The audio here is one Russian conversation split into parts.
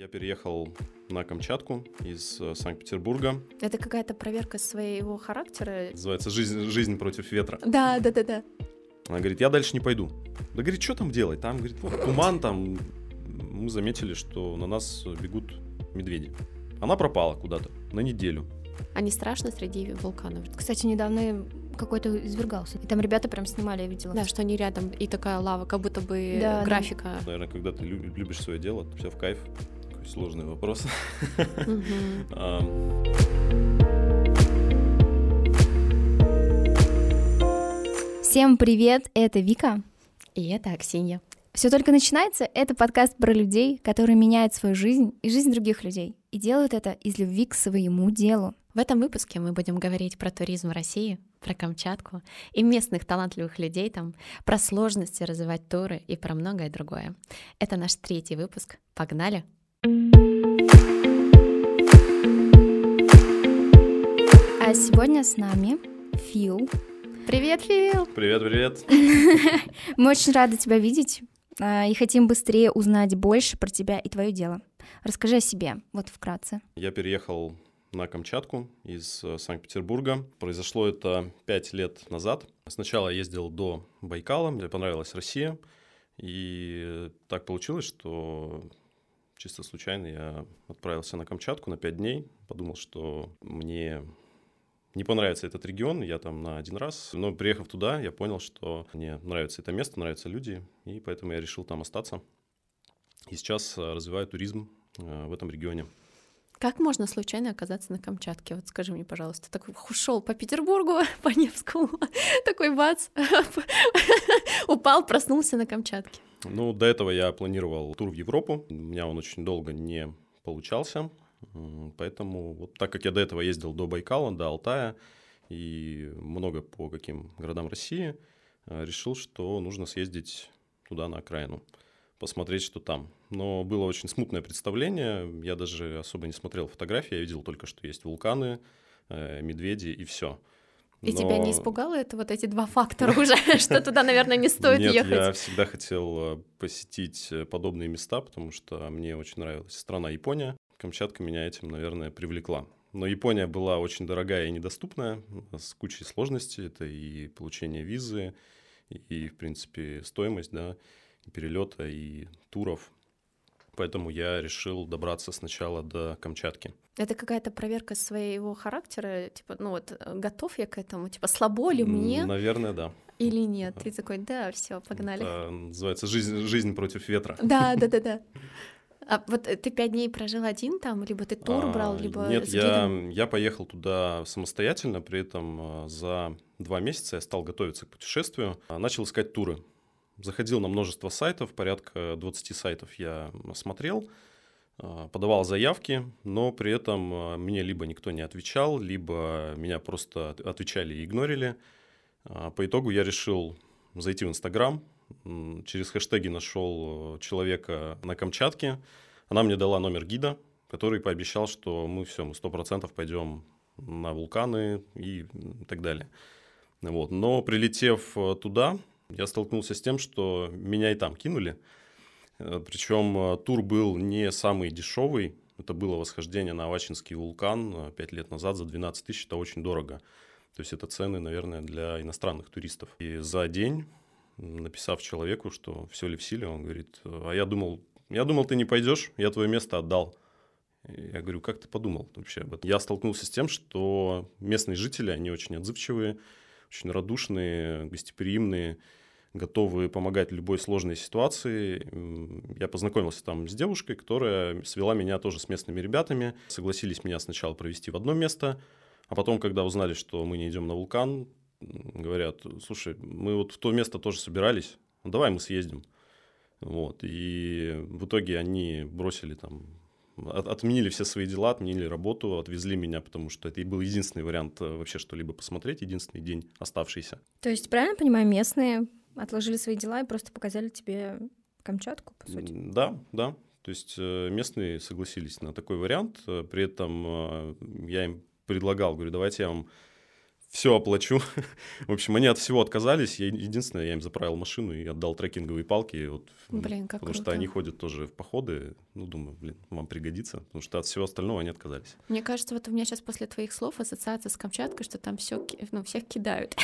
Я переехал на Камчатку из Санкт-Петербурга. Это какая-то проверка своего характера. Называется «Жизнь против ветра». Да. Она говорит, я дальше не пойду. Да, говорит, что там делать? Там, говорит, туман, там мы заметили, что на нас бегут медведи. Она пропала куда-то на неделю. А не страшно среди вулканов? Кстати, недавно какой-то извергался. И там ребята прям снимали, я видела. Да, что они рядом, и такая лава, как будто бы Да, графика. Наверное, когда ты любишь свое дело, все в кайф. Такой сложный вопрос. Всем привет, это Вика. И это Аксинья. Все только начинается. Это подкаст про людей, которые меняют свою жизнь и жизнь других людей. И делают это из любви к своему делу. В этом выпуске мы будем говорить про туризм в России, про Камчатку и местных талантливых людей там, про сложности развивать туры и про многое другое. Это наш 3-й выпуск. Погнали! А сегодня с нами Фил. Привет, Фил! Привет. Мы очень рады тебя видеть и хотим быстрее узнать больше про тебя и твое дело. Расскажи о себе, вот вкратце. Я переехал на Камчатку из Санкт-Петербурга. Произошло это 5 лет назад. Сначала я ездил до Байкала, мне понравилась Россия. И так получилось, что чисто случайно я отправился на Камчатку на 5 дней. Подумал, что мне не понравится этот регион, я там на один раз. Но приехав туда, я понял, что мне нравится это место, нравятся люди. И поэтому я решил там остаться. И сейчас развиваю туризм в этом регионе. Как можно случайно оказаться на Камчатке? Вот скажи мне, пожалуйста, такой шел по Петербургу, по Невскому, такой бац, упал, проснулся на Камчатке. Ну, до этого я планировал тур в Европу. У меня он очень долго не получался. Поэтому, вот так как я до этого ездил до Байкала, до Алтая и много по каким городам России, решил, что нужно съездить туда, на окраину, посмотреть, что там. Но было очень смутное представление. Я даже особо не смотрел фотографии. Я видел только, что есть вулканы, медведи и все. И тебя не испугало это, вот эти два фактора уже, что туда, наверное, не стоит ехать? Нет, я всегда хотел посетить подобные места, потому что мне очень нравилась страна Япония. Камчатка меня этим, наверное, привлекла. Но Япония была очень дорогая и недоступная, с кучей сложностей. Это и получение визы, и, в принципе, стоимость, да, и перелета, и туров. Поэтому я решил добраться сначала до Камчатки. Это какая-то проверка своего характера? Типа, готов я к этому? Типа, слабо ли мне? Наверное, да. Или нет? Ты такой, да, все, погнали. Это называется «Жизнь против ветра». Да. А вот ты 5 дней прожил один там, либо ты тур брал, либо Нет, с гидом? я поехал туда самостоятельно, при этом за 2 месяца я стал готовиться к путешествию, начал искать туры. Заходил на множество сайтов, порядка 20 сайтов я осмотрел, подавал заявки, но при этом мне либо никто не отвечал, либо меня просто отвечали и игнорили. По итогу я решил зайти в Инстаграм, через хэштеги нашел человека на Камчатке. Она мне дала номер гида, который пообещал, что мы 100% пойдем на вулканы и так далее. Вот. Но прилетев туда, я столкнулся с тем, что меня и там кинули. Причем тур был не самый дешевый. Это было восхождение на Авачинский вулкан 5 лет назад за 12 тысяч. Это очень дорого. То есть это цены, наверное, для иностранных туристов. И за день, написав человеку, что все ли в силе, он говорит, а я думал, ты не пойдешь, я твое место отдал. Я говорю, как ты подумал вообще об этом? Я столкнулся с тем, что местные жители, они очень отзывчивые, очень радушные, гостеприимные, готовы помогать в любой сложной ситуации. Я познакомился там с девушкой, которая свела меня тоже с местными ребятами. Согласились меня сначала провести в одно место, а потом, когда узнали, что мы не идем на вулкан, говорят, слушай, мы вот в то место тоже собирались, давай мы съездим. Вот. И в итоге они бросили там, отменили все свои дела, отменили работу, отвезли меня, потому что это и был единственный вариант вообще что-либо посмотреть, единственный день оставшийся. То есть, правильно понимаю, местные отложили свои дела и просто показали тебе Камчатку, по сути? Да. То есть местные согласились на такой вариант. При этом я им предлагал, говорю, давайте я вам все оплачу. В общем, они от всего отказались. Единственное, я им заправил машину и отдал трекинговые палки. Вот, Блин, как потому круто. что они ходят тоже в походы. Ну, думаю, вам пригодится. Потому что от всего остального они отказались. Мне кажется, вот у меня сейчас после твоих слов ассоциация с Камчаткой, что там все, всех кидают.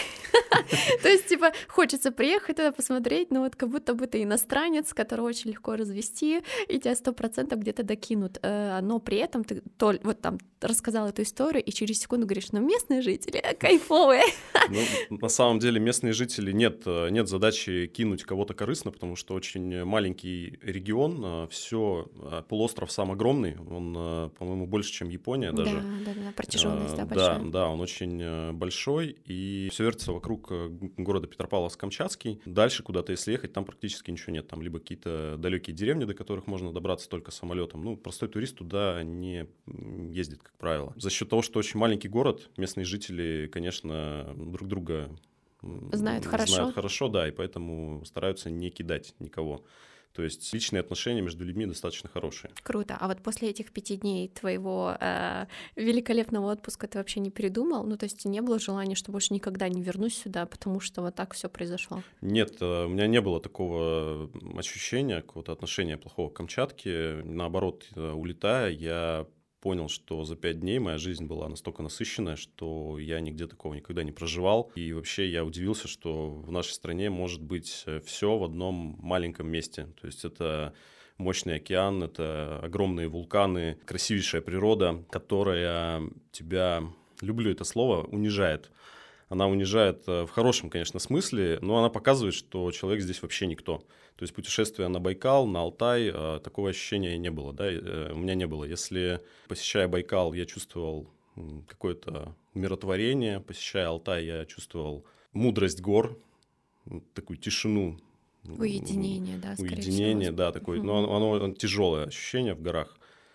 То есть, типа, хочется приехать туда посмотреть, но вот как будто бы ты иностранец, которого очень легко развести, и тебя 100% где-то докинут. Но при этом ты вот там рассказал эту историю, и через секунду говоришь, ну, местные жители кайфовые. Ну, на самом деле местные жители нет задачи кинуть кого-то корыстно, потому что очень маленький регион, все полуостров сам огромный, он, по-моему, больше, чем Япония даже. Да, протяженность, да, большая. Да, он очень большой, и все вертится вокруг города Петропавловск-Камчатский. Дальше куда-то, если ехать, там практически ничего нет, там либо какие-то далекие деревни, до которых можно добраться только самолетом. Ну, простой турист туда не ездит, как правило. За счет того, что очень маленький город, местные жители, конечно, друг друга знают хорошо, да, и поэтому стараются не кидать никого. То есть личные отношения между людьми достаточно хорошие. Круто. А вот после этих 5 дней твоего великолепного отпуска ты вообще не передумал? Ну, то есть не было желания, что больше никогда не вернусь сюда, потому что вот так все произошло? Нет, у меня не было такого ощущения, какого-то отношения плохого к Камчатке. Наоборот, улетая, я понял, что за 5 дней моя жизнь была настолько насыщенная, что я нигде такого никогда не проживал. И вообще я удивился, что в нашей стране может быть все в одном маленьком месте. То есть это мощный океан, это огромные вулканы, красивейшая природа, которая тебя, люблю это слово, унижает. Она унижает в хорошем, конечно, смысле, но она показывает, что человек здесь вообще никто. То есть путешествие на Байкал, на Алтай, такого ощущения не было, да, у меня не было. Если, посещая Байкал, я чувствовал какое-то умиротворение, посещая Алтай, я чувствовал мудрость гор, такую тишину. Уединение, да, скорее всего. Уединение, да, такое, но оно тяжелое ощущение в горах.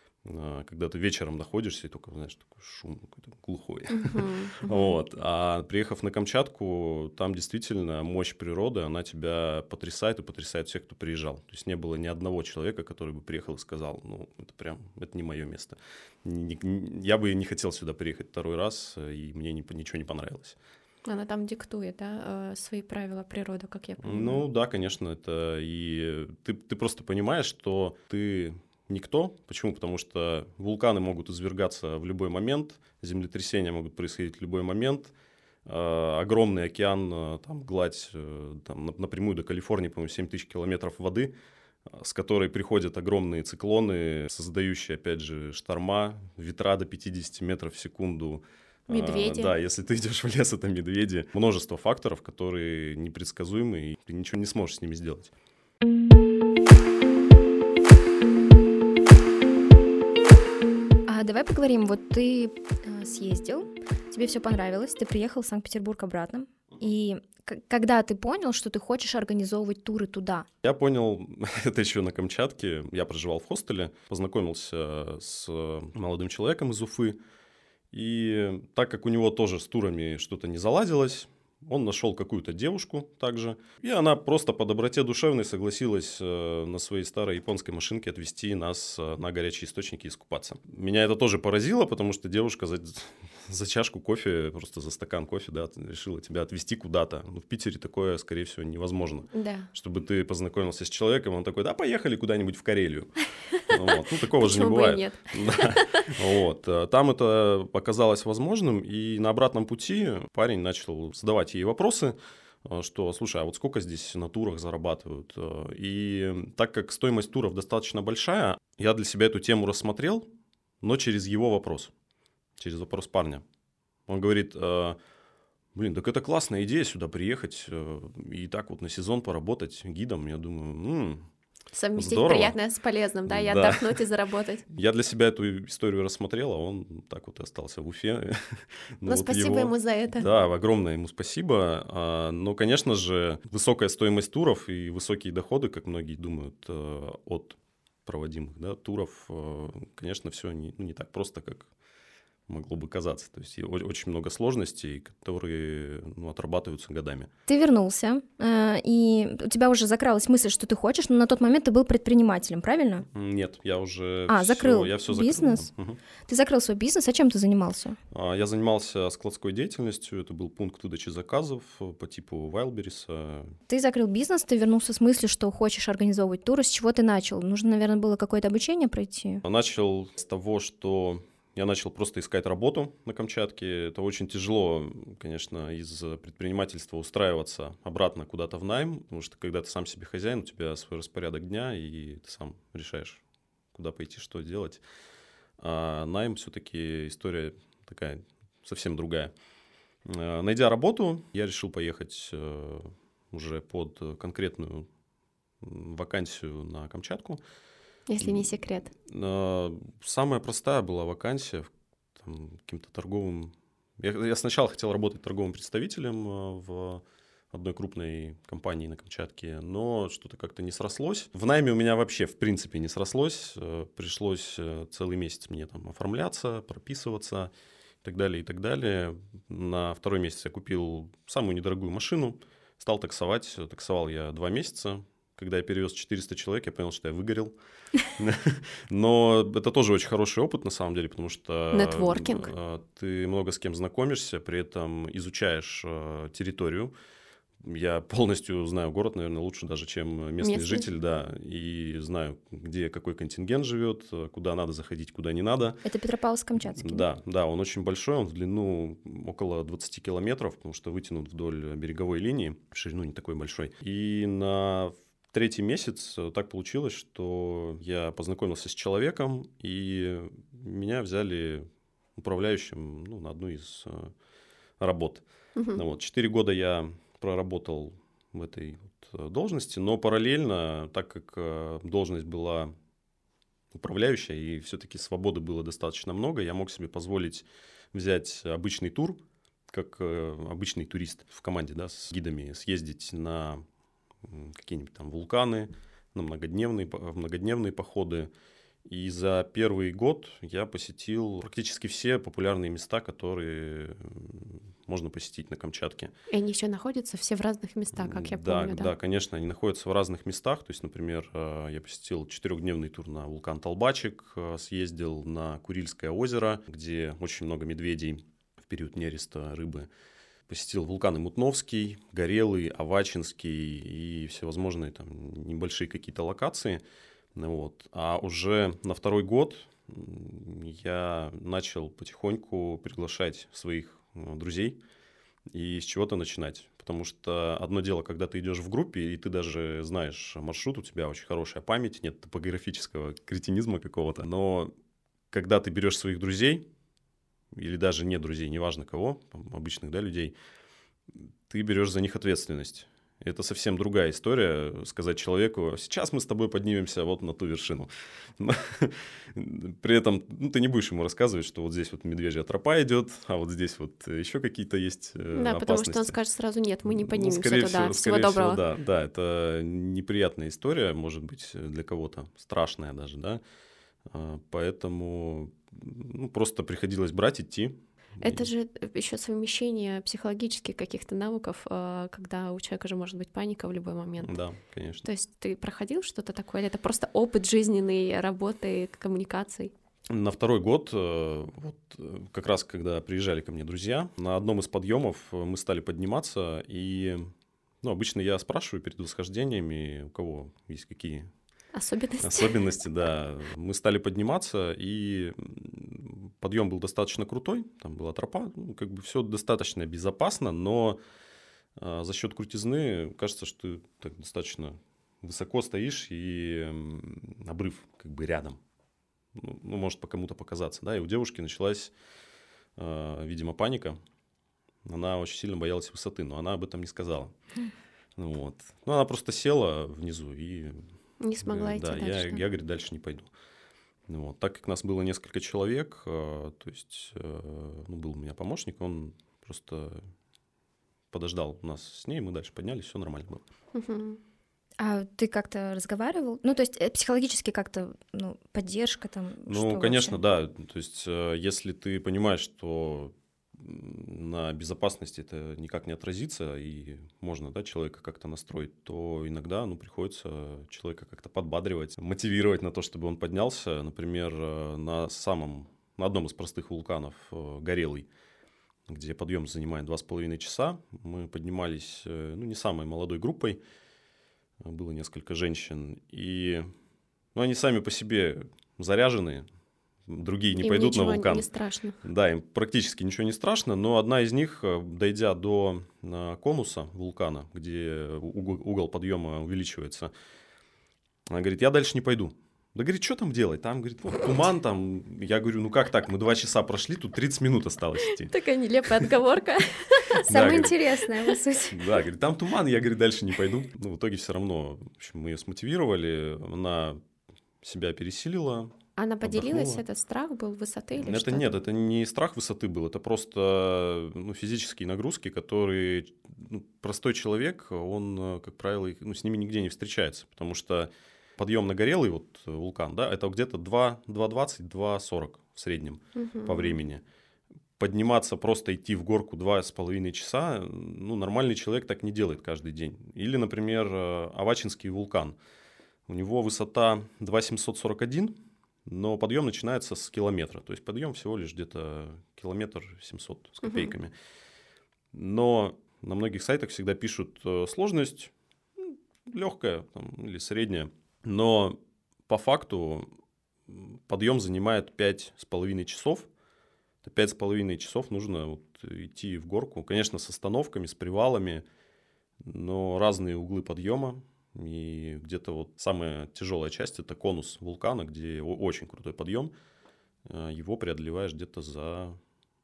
Когда ты вечером находишься, и только, знаешь, такой шум какой-то глухой. Вот. А приехав на Камчатку, там действительно мощь природы, она тебя потрясает и потрясает всех, кто приезжал. То есть не было ни одного человека, который бы приехал и сказал, ну, это не мое место. Я бы не хотел сюда приехать второй раз, и мне ничего не понравилось. Она там диктует, да, свои правила природы, как я понимаю. Ну да, конечно, это и ты просто понимаешь, что ты никто. Почему? Потому что вулканы могут извергаться в любой момент, землетрясения могут происходить в любой момент. Огромный океан, там гладь там, напрямую до Калифорнии, по-моему, 7 тысяч километров воды, с которой приходят огромные циклоны, создающие, опять же, шторма, ветра до 50 метров в секунду. Медведи. Да, если ты идешь в лес, это медведи. Множество факторов, которые непредсказуемы, и ты ничего не сможешь с ними сделать. Давай поговорим, вот ты съездил, тебе все понравилось, ты приехал в Санкт-Петербург обратно, и когда ты понял, что ты хочешь организовывать туры туда? Я понял, это еще на Камчатке, я проживал в хостеле, познакомился с молодым человеком из Уфы, и так как у него тоже с турами что-то не заладилось, он нашел какую-то девушку также, и она просто по доброте душевной согласилась на своей старой японской машинке отвезти нас на горячие источники искупаться. Меня это тоже поразило, потому что девушка за чашку кофе, просто за стакан кофе, да, решила тебя отвезти куда-то. Ну, в Питере такое, скорее всего, невозможно. Да. Чтобы ты познакомился с человеком, он такой, да, поехали куда-нибудь в Карелию. Ну, такого же не бывает. Вот. Там это оказалось возможным, и на обратном пути парень начал задавать ей вопросы, что, слушай, а вот сколько здесь на турах зарабатывают? И так как стоимость туров достаточно большая, я для себя эту тему рассмотрел, но через его вопрос, через вопрос парня. Он говорит, блин, так это классная идея сюда приехать и так вот на сезон поработать гидом. Я думаю, совместить здорово. Приятное с полезным, да, и отдохнуть, и заработать. Я для себя эту историю рассмотрел, а он так вот и остался в Уфе. Ну, спасибо ему за это. Да, огромное ему спасибо. Но, конечно же, высокая стоимость туров и высокие доходы, как многие думают, от проводимых туров, конечно, все не так просто, как могло бы казаться. То есть очень много сложностей, которые отрабатываются годами. Ты вернулся, и у тебя уже закралась мысль, что ты хочешь, но на тот момент ты был предпринимателем, правильно? Нет, я уже закрыл я все бизнес? закрыл. Угу. Ты закрыл свой бизнес, а чем ты занимался? Я занимался складской деятельностью, это был пункт выдачи заказов по типу Wildberries. Ты закрыл бизнес, ты вернулся с мыслью, что хочешь организовывать туры. С чего ты начал? Нужно, наверное, было какое-то обучение пройти? Начал с того, что я начал просто искать работу на Камчатке. Это очень тяжело, конечно, из предпринимательства устраиваться обратно куда-то в найм, потому что когда ты сам себе хозяин, у тебя свой распорядок дня, и ты сам решаешь, куда пойти, что делать. А найм все-таки история такая совсем другая. Найдя работу, я решил поехать уже под конкретную вакансию на Камчатку. Если не секрет. Самая простая была вакансия каким-то торговым. Я сначала хотел работать торговым представителем в одной крупной компании на Камчатке, но что-то как-то не срослось. В найме у меня вообще в принципе не срослось. Пришлось целый месяц мне там оформляться, прописываться и так далее, и так далее. На второй месяц я купил самую недорогую машину, стал таксовать. Таксовал я 2 месяца. Когда я перевез 400 человек, я понял, что я выгорел. Но это тоже очень хороший опыт, на самом деле, потому что нетворкинг. Ты много с кем знакомишься, при этом изучаешь территорию. Я полностью знаю город, наверное, лучше даже, чем местный житель, да, и знаю, где какой контингент живет, куда надо заходить, куда не надо. Это Петропавловск-Камчатский. Да, он очень большой, он в длину около 20 километров, потому что вытянут вдоль береговой линии, в ширину не такой большой. И на 3-й месяц так получилось, что я познакомился с человеком, и меня взяли управляющим на одну из работ. 4 года я проработал в этой должности, но параллельно, так как должность была управляющая, и все-таки свободы было достаточно много, я мог себе позволить взять обычный тур, как обычный турист в команде, да, с гидами, съездить на какие-нибудь там вулканы, на многодневные походы. И за первый год я посетил практически все популярные места, которые можно посетить на Камчатке. И они еще находятся все в разных местах, как я помню, да? Да, конечно, они находятся в разных местах. То есть, например, я посетил 4-дневный тур на вулкан Толбачик, съездил на Курильское озеро, где очень много медведей в период нереста рыбы. Посетил вулканы Мутновский, Горелый, Авачинский и всевозможные там небольшие какие-то локации. А уже на 2-й год я начал потихоньку приглашать своих друзей и с чего-то начинать. Потому что одно дело, когда ты идешь в группе, и ты даже знаешь маршрут, у тебя очень хорошая память, нет топографического кретинизма какого-то. Но когда ты берешь своих друзей, или даже не друзей, неважно кого, обычных, да, людей, ты берешь за них ответственность. Это совсем другая история, сказать человеку: сейчас мы с тобой поднимемся вот на ту вершину. При этом ты не будешь ему рассказывать, что вот здесь вот медвежья тропа идет, а вот здесь вот еще какие-то есть опасности. Да, потому что он скажет сразу: нет, мы не поднимемся туда, всего скорее доброго. Всего, да, это неприятная история, может быть, для кого-то страшная даже, да. Поэтому просто приходилось брать, идти. Это же еще совмещение психологических каких-то навыков, когда у человека же может быть паника в любой момент. Да, конечно. То есть ты проходил что-то такое, или это просто опыт жизненной работы, коммуникаций? На 2-й год, вот как раз когда приезжали ко мне друзья, на одном из подъемов мы стали подниматься, и обычно я спрашиваю перед восхождениями, у кого есть какие особенности, да. Мы стали подниматься, и подъем был достаточно крутой, там была тропа, все достаточно безопасно, но за счет крутизны кажется, что ты так достаточно высоко стоишь, и обрыв рядом. Может по кому-то показаться, да, и у девушки началась, видимо, паника. Она очень сильно боялась высоты, но она об этом не сказала. Она просто села внизу и... Не смогла идти дальше. Я, говорит, дальше не пойду. Так как нас было несколько человек, то есть был у меня помощник, он просто подождал нас с ней, мы дальше поднялись, все нормально было. А ты как-то разговаривал? Ну, то есть психологически как-то, поддержка там? Ну, конечно, да. То есть если ты понимаешь, что на безопасности это никак не отразится, и можно, да, человека как-то настроить, то иногда, приходится человека как-то подбадривать, мотивировать на то, чтобы он поднялся. Например, на одном из простых вулканов, Горелый, где подъем занимает 2,5 часа, мы поднимались, не самой молодой группой, было несколько женщин, и они сами по себе заряженные, другие не пойдут на вулкан. Им не страшно. Да, им практически ничего не страшно, но одна из них, дойдя до конуса вулкана, где угол подъема увеличивается, она говорит: я дальше не пойду. Да, говорит, что там делать? Там, говорит, туман там. Я говорю, как так? Мы 2 часа прошли, тут 30 минут осталось идти. Такая нелепая отговорка. Самое интересное, по сути. Да, говорит, там туман, я, говорит, дальше не пойду. В итоге все равно, в общем, мы ее смотивировали, она себя пересилила. Она поделилась, этот страх был высоты или что-то? Нет, это не страх высоты был, это просто физические нагрузки, которые простой человек, он, как правило, с ними нигде не встречается, потому что подъем на Горелый вулкан, да, это где-то 2:20, 2:40 в среднем по времени. Подниматься, просто идти в горку 2,5 часа, нормальный человек так не делает каждый день. Или, например, Авачинский вулкан. У него высота 2,741, но подъем начинается с километра. То есть подъем всего лишь где-то 1,700 км с копейками. Но на многих сайтах всегда пишут сложность легкая или средняя. Но по факту подъем занимает 5,5 часов. Это 5,5 часов нужно идти в горку. Конечно, с остановками, с привалами, но разные углы подъема. И где-то самая тяжелая часть – это конус вулкана, где очень крутой подъем. Его преодолеваешь где-то за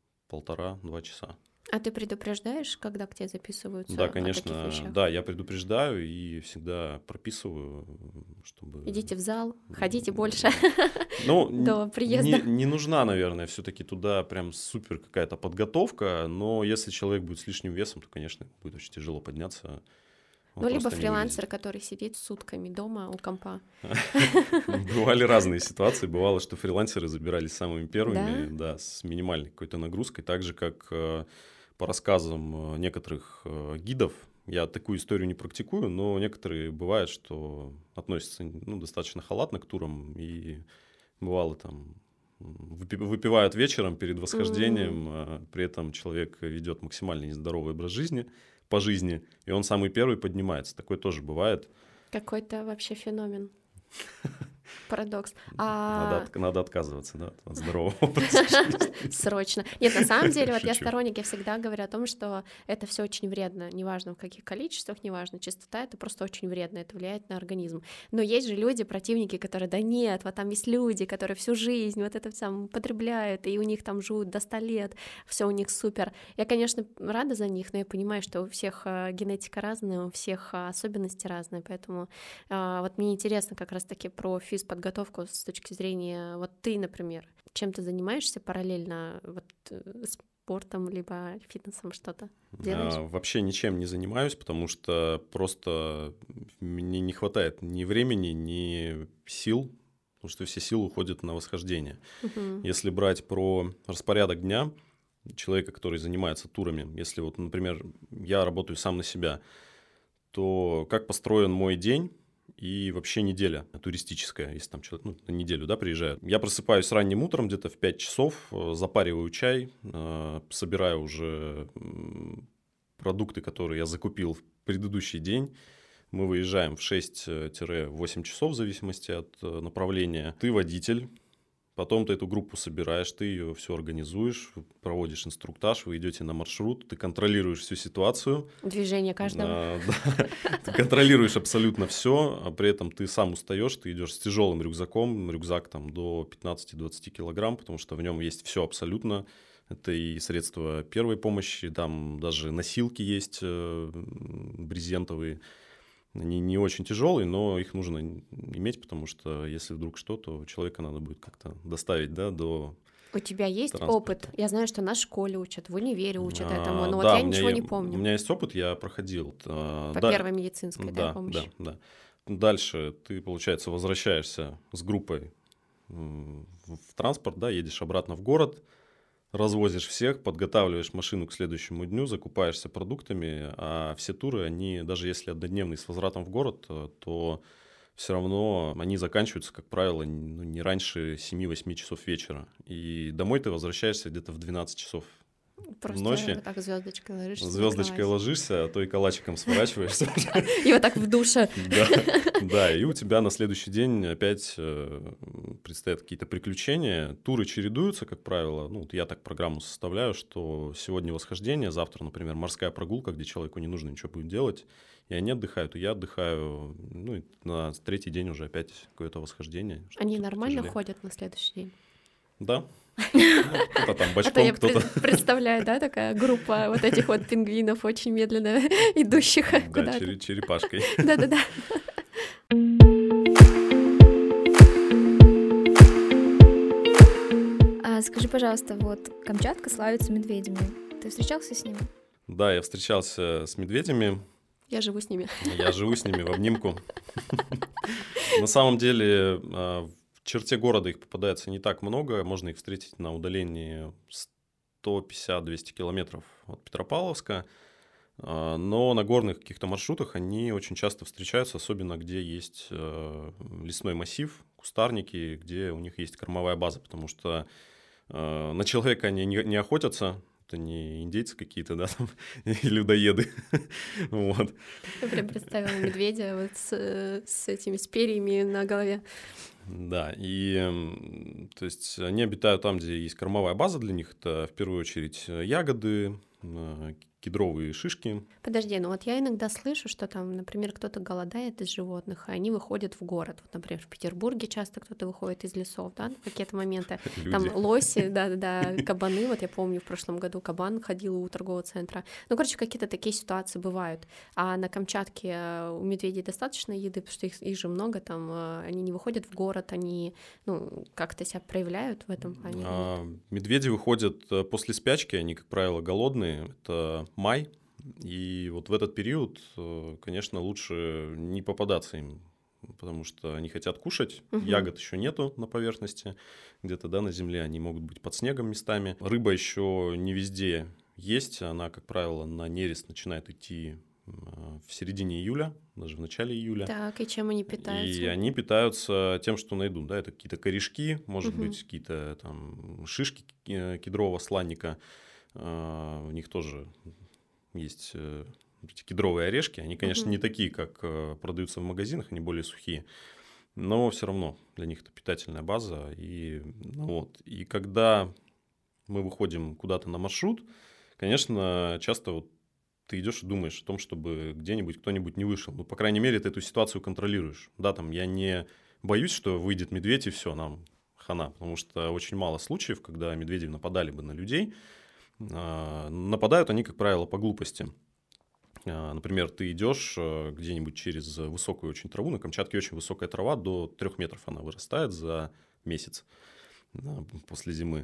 1,5-2 часа. А ты предупреждаешь, когда к тебе записываются? Да, конечно. Да, я предупреждаю и всегда прописываю, чтобы... Идите в зал, ходите больше до приезда. Не нужна, наверное, все-таки туда прям супер какая-то подготовка, но если человек будет с лишним весом, то, конечно, будет очень тяжело подняться. Либо фрилансер, который сидит сутками дома у компа. Бывали разные ситуации. Бывало, что фрилансеры забирались самыми первыми, да, с минимальной какой-то нагрузкой. Так же, как по рассказам некоторых гидов, я такую историю не практикую, но некоторые бывают, что относятся достаточно халатно к турам. И бывало там выпивают вечером перед восхождением, при этом человек ведет максимально нездоровый образ жизни, по жизни, и он самый первый поднимается. Такое тоже бывает. Какой-то вообще феномен. Парадокс. Надо отказываться, да, от здорового образа жизни. Срочно. Нет, на самом деле, я сторонник, я всегда говорю о том, что это все очень вредно, неважно в каких количествах, неважно частота, это просто очень вредно, это влияет на организм. Но есть же люди, противники, которые, да нет, там есть люди, которые всю жизнь это сам потребляют, и у них там живут до 100 лет, все у них супер. Я, конечно, рада за них, но я понимаю, что у всех генетика разная, у всех особенности разные, поэтому мне интересно как раз-таки про физподготовку с точки зрения, ты, например, чем ты занимаешься параллельно, спортом, либо фитнесом что-то делаешь? Вообще ничем не занимаюсь, потому что просто мне не хватает ни времени, ни сил, потому что все силы уходят на восхождение. Если брать про распорядок дня человека, который занимается турами, если например, я работаю сам на себя, то как построен мой день и вообще неделя туристическая, если там человек на неделю, да, приезжает. Я просыпаюсь ранним утром, где-то в 5 часов, запариваю чай, собираю уже продукты, которые я закупил в предыдущий день. Мы выезжаем в 6-8 часов в зависимости от направления. Ты водитель. Потом ты эту группу собираешь, ты ее все организуешь, проводишь инструктаж, вы идете на маршрут, ты контролируешь всю ситуацию. Движение каждого. Да, ты контролируешь абсолютно все, а при этом ты сам устаешь, ты идешь с тяжелым рюкзаком, рюкзак там до 15-20 килограмм, потому что в нем есть все абсолютно. Это и средства первой помощи, там даже носилки есть брезентовые. Они не очень тяжелые, но их нужно иметь, потому что если вдруг что, то человека надо будет как-то доставить, да, до У тебя есть опыт? Я знаю, что на школе учат, в универе учат этому, но да, вот я ничего не помню. У меня есть опыт, я проходил. По первой медицинской, да, помощи? Да. Дальше ты, получается, возвращаешься с группой в транспорт, да, едешь обратно в город, развозишь всех, подготавливаешь машину к следующему дню, закупаешься продуктами, а все туры, они, даже если однодневные с возвратом в город, то все равно они заканчиваются, как правило, не раньше 7-8 часов вечера. И домой ты возвращаешься где-то в 12 часов просто ночи. так звездочкой ложишься. Звездочкой ложишься, а то и калачиком сворачиваешься. И вот так в душе. Да, и у тебя на следующий день опять предстоят какие-то приключения. Туры чередуются, как правило. Ну, я так программу составляю, что сегодня восхождение, завтра, например, морская прогулка, где человеку не нужно ничего будет делать, и они отдыхают, и я отдыхаю. Ну, и на третий день уже опять какое-то восхождение. Они нормально ходят на следующий день? Да. Кто-то там бочком, я представляю, да, такая группа вот этих вот пингвинов, очень медленно идущих куда-то. Да, черепашкой. Да-да-да. Скажи, пожалуйста, вот Камчатка славится медведями. Ты встречался с ними? Да, я встречался с медведями. Я живу с ними. Я живу с ними в обнимку. На самом деле, в черте города их попадается не так много. Можно их встретить на удалении 150-200 километров от Петропавловска. Но на горных каких-то маршрутах они очень часто встречаются, особенно где есть лесной массив, кустарники, где у них есть кормовая база, потому что на человека они не охотятся. Это не индейцы какие-то, да, там, и людоеды. Вот. Я прям представила медведя вот с этими перьями на голове. Да, и то есть они обитают там, где есть кормовая база для них. Это в первую очередь ягоды, кедровые шишки. Подожди, ну вот я иногда слышу, что там, например, кто-то голодает из животных, а они выходят в город. Вот, например, в Петербурге часто кто-то выходит из лесов, да, в какие-то моменты. Там лоси, да, кабаны. Вот я помню, в прошлом году кабан ходил у торгового центра. Ну, короче, какие-то такие ситуации бывают. А на Камчатке у медведей достаточно еды, потому что их же много, там они не выходят в город, они, ну, как-то себя проявляют в этом плане. Медведи выходят после спячки, они, как правило, голодные. Это май, и вот в этот период, конечно, лучше не попадаться им, потому что они хотят кушать, ягод еще нету на поверхности, где-то, да, на земле, они могут быть под снегом местами. Рыба еще не везде есть, она, как правило, на нерест начинает идти в середине июля, даже в начале июля. Так, и чем они питаются? И они питаются тем, что найдут, да, это какие-то корешки, может быть, какие-то там шишки кедрового сланника. У них тоже есть эти кедровые орешки. Они, конечно, не такие, как продаются в магазинах, они более сухие. Но все равно для них это питательная база. И, ну, вот. И когда мы выходим куда-то на маршрут, конечно, часто вот ты идешь и думаешь о том, чтобы где-нибудь кто-нибудь не вышел. Ну, по крайней мере, ты эту ситуацию контролируешь. Да, там я не боюсь, что выйдет медведь и все, нам хана. Потому что очень мало случаев, когда медведи нападали бы на людей. Нападают они, как правило, по глупости. Например, ты идешь где-нибудь через высокую очень траву. На Камчатке очень высокая трава, до 3 метров она вырастает за месяц после зимы.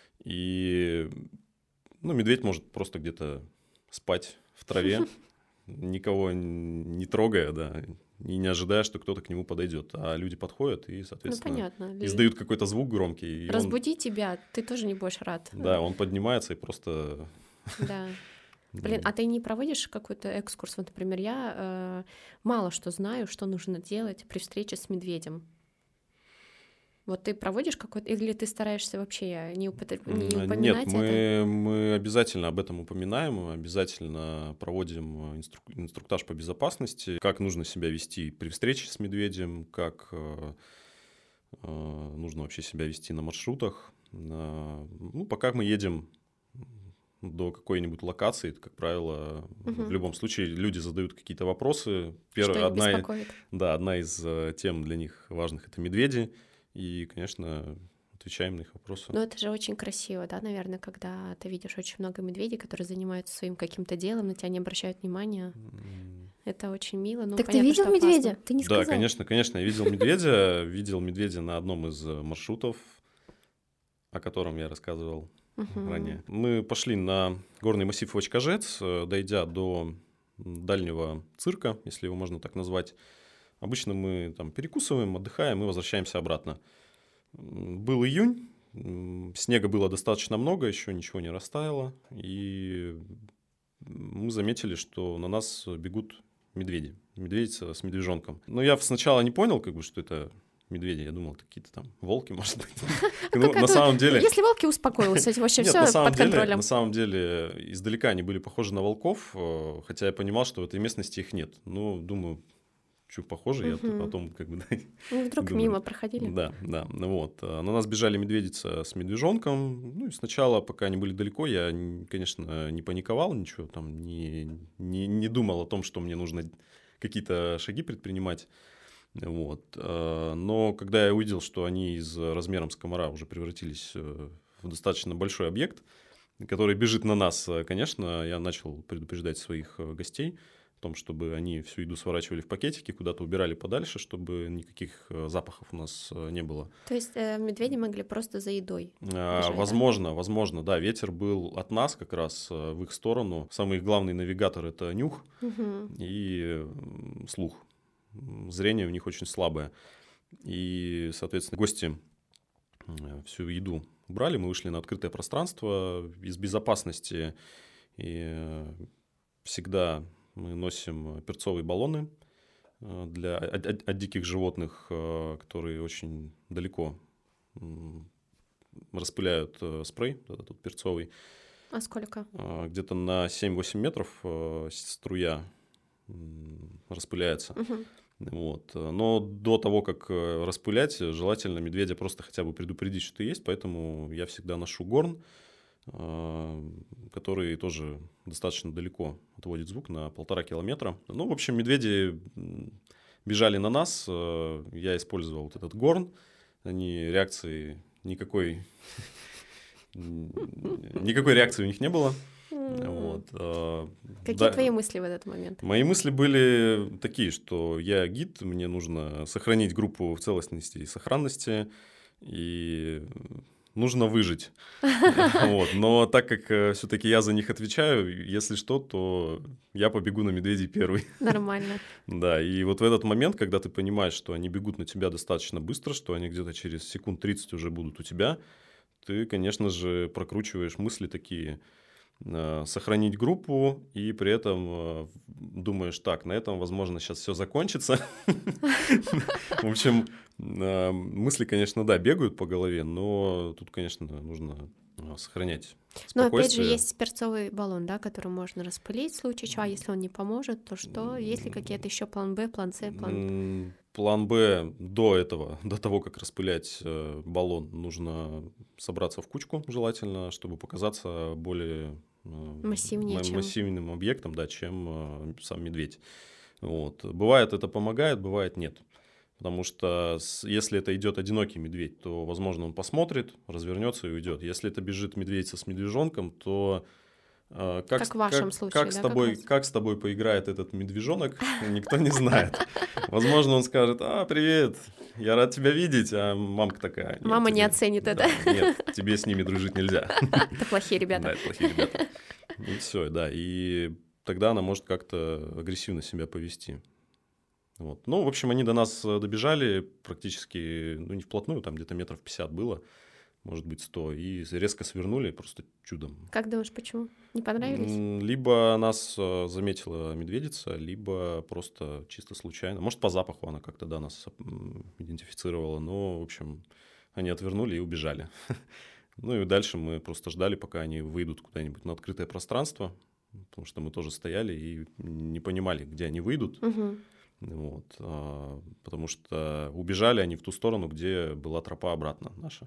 И медведь может просто где-то спать в траве, никого не трогая, да, и не ожидая, что кто-то к нему подойдет. А люди подходят и, соответственно, издают какой-то звук громкий. Разбуди тебя, ты тоже не будешь рад. Да, он поднимается и просто... Да. Блин, а ты не проводишь какой-то экскурс? Вот, например, я мало что знаю, что нужно делать при встрече с медведем. Вот ты проводишь какой-то, или ты стараешься вообще не упоминать Нет, это? мы обязательно об этом упоминаем, мы обязательно проводим инструктаж по безопасности, как нужно себя вести при встрече с медведем, как нужно вообще себя вести на маршрутах. Ну, пока мы едем до какой-нибудь локации, как правило, в любом случае люди задают какие-то вопросы. Что их беспокоит? Да, одна из тем для них важных – это медведи. И, конечно, отвечаем на их вопросы. Ну, это же очень красиво, да, наверное, когда ты видишь очень много медведей, которые занимаются своим каким-то делом, на тебя не обращают внимания. Это очень мило. Ну, так понятно, ты видел медведя? Опасно. Ты не сказал. Да, конечно, я видел медведя на одном из маршрутов. о котором я рассказывал ранее. Мы пошли на горный массив Вачкажец, дойдя до дальнего цирка, если его можно так назвать. Обычно мы там перекусываем, отдыхаем и возвращаемся обратно. Был июнь, снега было достаточно много, еще ничего не растаяло, и мы заметили, что на нас бегут медведи. Медведица с медвежонком. Но я сначала не понял, что это медведи. Я думал, какие-то там волки, может быть. На самом деле... Если волки, успокоился, вообще все под контролем. На самом деле, издалека они были похожи на волков, хотя я понимал, что в этой местности их нет. Ну, думаю, что похоже, я потом вдруг мимо проходили. Да. Вот. На нас бежали медведица с медвежонком. Ну, и сначала, пока они были далеко, я, конечно, не паниковал, ничего там, не думал о том, что мне нужно какие-то шаги предпринимать. Вот. Но когда я увидел, что они размером с комара уже превратились в достаточно большой объект, который бежит на нас, конечно, я начал предупреждать своих гостей о том, чтобы они всю еду сворачивали в пакетики, куда-то убирали подальше, чтобы никаких запахов у нас не было. То есть медведи могли просто за едой бежать, возможно, да. Ветер был от нас как раз в их сторону. Самый их главный навигатор – это нюх и слух. Зрение у них очень слабое. И, соответственно, гости всю еду убрали, мы вышли на открытое пространство. Из безопасности и всегда мы носим перцовые баллоны от диких животных, которые очень далеко распыляют спрей, этот перцовый. А сколько? Где-то на 7-8 метров струя распыляется. Вот. Но до того, как распылять, желательно медведя просто хотя бы предупредить, что есть. Поэтому я всегда ношу горн, который тоже достаточно далеко отводит звук, на 1,5 километра. Ну, в общем, медведи бежали на нас. Я использовал вот этот горн. Реакции никакой реакции у них не было. Вот. Какие твои мысли в этот момент? Мои мысли были такие, что я гид, мне нужно сохранить группу в целостности и сохранности, и нужно выжить. Вот. Но так как все-таки я за них отвечаю, если что, то я побегу на медведей первый. Нормально. Да, и вот в этот момент, когда ты понимаешь, что они бегут на тебя достаточно быстро, что они где-то через секунд 30 уже будут у тебя, ты, конечно же, прокручиваешь мысли такие: сохранить группу, и при этом думаешь, так, на этом, возможно, сейчас все закончится. В общем, мысли, конечно, да, бегают по голове, но тут, конечно, нужно сохранять спокойствие. Но опять же есть перцовый баллон, да, который можно распылить в случае чего, а если он не поможет, то что? Есть ли какие-то еще план Б, план С, план... План Б до того, как распылять баллон, нужно собраться в кучку, желательно, чтобы показаться более массивным объектом, да, чем сам медведь. Вот. Бывает это помогает, бывает нет. Потому что если это идет одинокий медведь, то, возможно, он посмотрит, развернется и уйдет. Если это бежит медведица с медвежонком, то как в вашем случае, как с тобой поиграет этот медвежонок, никто не знает. Возможно, он скажет: привет, я рад тебя видеть, а мамка такая: мама не оценит это. Нет, тебе с ними дружить нельзя. Это плохие ребята. Да, это плохие ребята. И все, да. И тогда она может как-то агрессивно себя повести. Вот. Ну, в общем, они до нас добежали практически, не вплотную, там где-то метров 50 было, может быть, 100, и резко свернули просто чудом. Как думаешь, почему? Не понравились? Либо нас заметила медведица, либо просто чисто случайно. Может, по запаху она как-то, да, нас идентифицировала, но, в общем, они отвернули и убежали. Ну и дальше мы просто ждали, пока они выйдут куда-нибудь на открытое пространство, потому что мы тоже стояли и не понимали, где они выйдут. Вот, потому что убежали они в ту сторону, где была тропа обратно наша.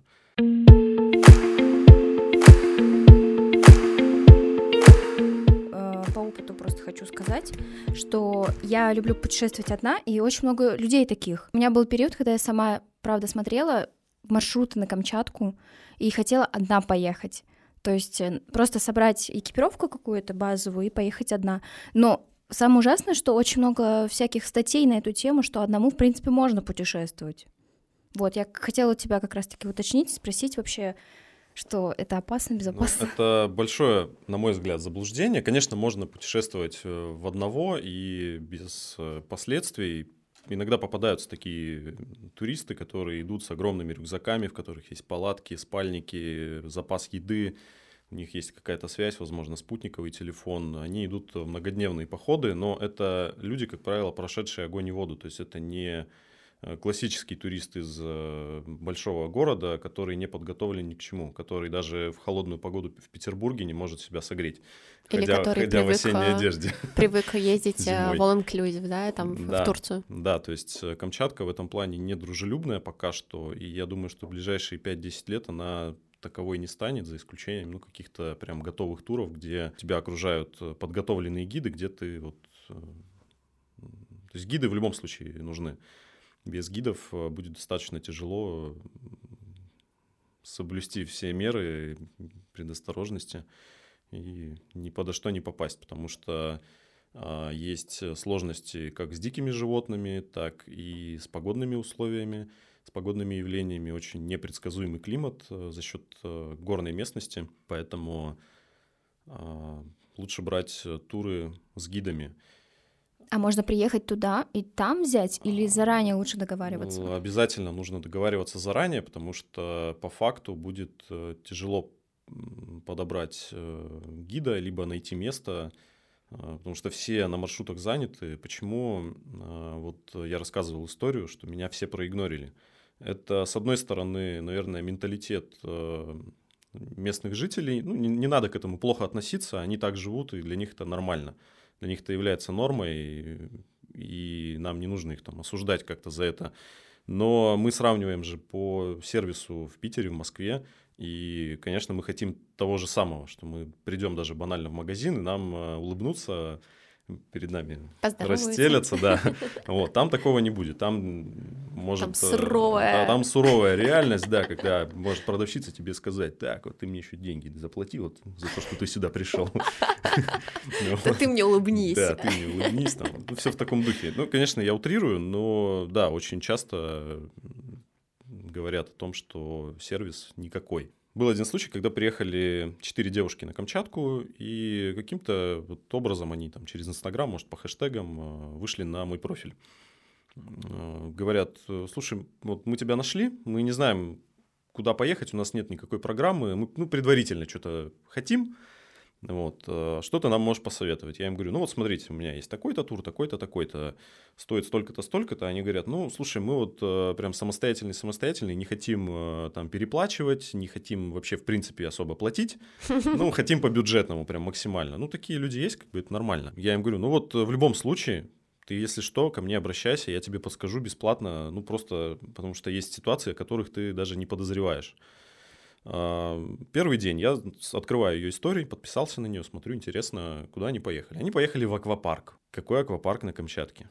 По опыту просто хочу сказать, что я люблю путешествовать одна, и очень много людей таких. У меня был период, когда я сама, правда, смотрела маршруты на Камчатку и хотела одна поехать. То есть просто собрать экипировку какую-то базовую и поехать одна. Но самое ужасное, что очень много всяких статей на эту тему, что одному, в принципе, можно путешествовать. Вот, я хотела у тебя как раз-таки уточнить, спросить вообще, что это опасно, безопасно? Это большое, на мой взгляд, заблуждение. Конечно, можно путешествовать в одного и без последствий. Иногда попадаются такие туристы, которые идут с огромными рюкзаками, в которых есть палатки, спальники, запас еды. У них есть какая-то связь, возможно, спутниковый телефон. Они идут в многодневные походы, но это люди, как правило, прошедшие огонь и воду. То есть это не классический турист из большого города, который не подготовлен ни к чему, который даже в холодную погоду в Петербурге не может себя согреть, Или ходя который в осенней одежде. привык ездить в Зимой. all-inclusive, да, там в Турцию. Да, то есть Камчатка в этом плане недружелюбная пока что, и я думаю, что в ближайшие 5-10 лет она таковой не станет, за исключением каких-то прям готовых туров, где тебя окружают подготовленные гиды, где ты вот... То есть гиды в любом случае нужны. Без гидов будет достаточно тяжело соблюсти все меры предосторожности и ни подо что не попасть, потому что есть сложности как с дикими животными, так и с погодными условиями, с погодными явлениями. Очень непредсказуемый климат за счет горной местности, поэтому лучше брать туры с гидами. А можно приехать туда и там взять, или заранее лучше договариваться? Обязательно нужно договариваться заранее, потому что по факту будет тяжело подобрать гида, либо найти место, потому что все на маршрутах заняты. Почему? Вот я рассказывал историю, что меня все проигнорили. Это, с одной стороны, наверное, менталитет местных жителей. Не надо к этому плохо относиться, они так живут, и для них это нормально. Для них это является нормой, и нам не нужно их там осуждать как-то за это. Но мы сравниваем же по сервису в Питере, в Москве, и, конечно, мы хотим того же самого, что мы придем даже банально в магазин, и нам улыбнутся, перед нами расстелятся, да. Вот, там такого не будет. Там может... Там суровая. Там суровая реальность, да, когда может продавщица тебе сказать: так, вот ты мне еще деньги заплати вот за то, что ты сюда пришел. Да ты мне улыбнись. Да, ты мне улыбнись. Все в таком духе. Конечно, я утрирую, но да, очень часто говорят о том, что сервис никакой. Был один случай, когда приехали 4 девушки на Камчатку, и каким-то вот образом они там через Инстаграм, может, по хэштегам вышли на мой профиль. Говорят: слушай, вот мы тебя нашли, мы не знаем, куда поехать, у нас нет никакой программы, мы предварительно что-то хотим, вот, что ты нам можешь посоветовать? Я им говорю: вот смотрите, у меня есть такой-то тур, такой-то, такой-то, стоит столько-то, столько-то. Они говорят: слушай, мы вот прям самостоятельные, не хотим там переплачивать, не хотим вообще в принципе особо платить, хотим по бюджетному прям максимально. Такие люди есть, как бы это нормально. Я им говорю: вот в любом случае, ты, если что, ко мне обращайся, я тебе подскажу бесплатно, просто потому что есть ситуации, о которых ты даже не подозреваешь. Первый день я открываю ее историю, подписался на нее, смотрю, интересно, куда они поехали. Они поехали в аквапарк. Какой аквапарк на Камчатке?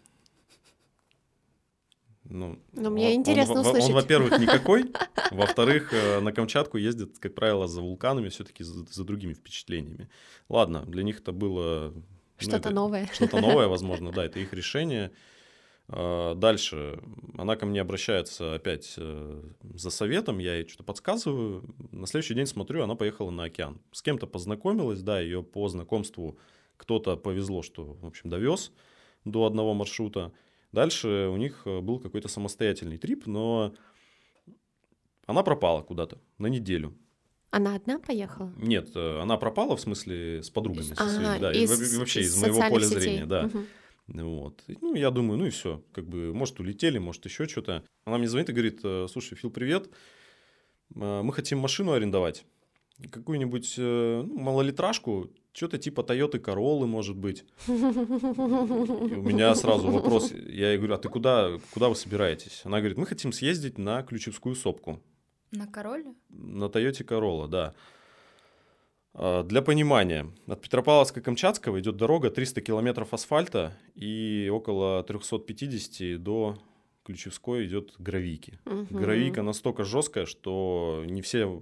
Мне интересно услышать. Он, во-первых, никакой. Во-вторых, на Камчатку ездят, как правило, за вулканами, все-таки за другими впечатлениями. Ладно, для них это было... Что-то новое. Что-то новое, возможно, да, это их решение. Дальше она ко мне обращается опять за советом, я ей что-то подсказываю. На следующий день смотрю, она поехала на океан. С кем-то познакомилась, да, ее по знакомству кто-то повезло, что, в общем, довез до одного маршрута. Дальше у них был какой-то самостоятельный трип, но она пропала куда-то на неделю. Она одна поехала? Нет, она пропала, в смысле, с подругами. Да, и вообще из моего поля зрения, да. Угу. Вот. Я думаю, и все. Как бы, может, улетели, может, еще что-то. Она мне звонит и говорит: слушай, Фил, привет. Мы хотим машину арендовать. Какую-нибудь малолитражку, что-то типа Toyota Corolla, может быть. И у меня сразу вопрос. Я ей говорю: а ты куда вы собираетесь? Она говорит: мы хотим съездить на Ключевскую сопку. На Короле? На Toyota Corolla, да. Для понимания, от Петропавловска-Камчатского идет дорога 300 километров асфальта, и около 350 до Ключевской идет гравийки. Гравийка настолько жесткая, что не все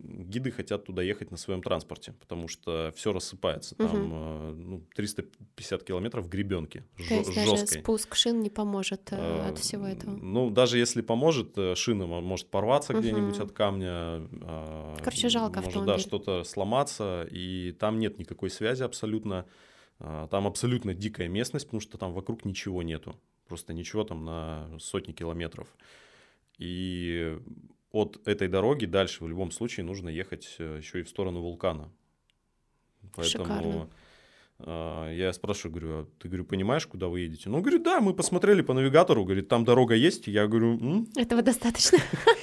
гиды хотят туда ехать на своем транспорте, потому что все рассыпается. Там 350 километров гребенки То есть даже жесткой. спуск шин не поможет от всего этого? Ну, даже если поможет, шина может порваться где-нибудь от камня. Короче, жалко может, автомобиль. да, что-то сломаться, и там нет никакой связи абсолютно. Там абсолютно дикая местность, потому что там вокруг ничего нету. Просто ничего там на сотни километров. И от этой дороги дальше в любом случае нужно ехать еще и в сторону вулкана. Поэтому я спрашиваю, говорю, а ты, говорю, понимаешь, куда вы едете? Ну, говорит, да, мы посмотрели по навигатору, говорит, там дорога есть. Я говорю, Этого достаточно.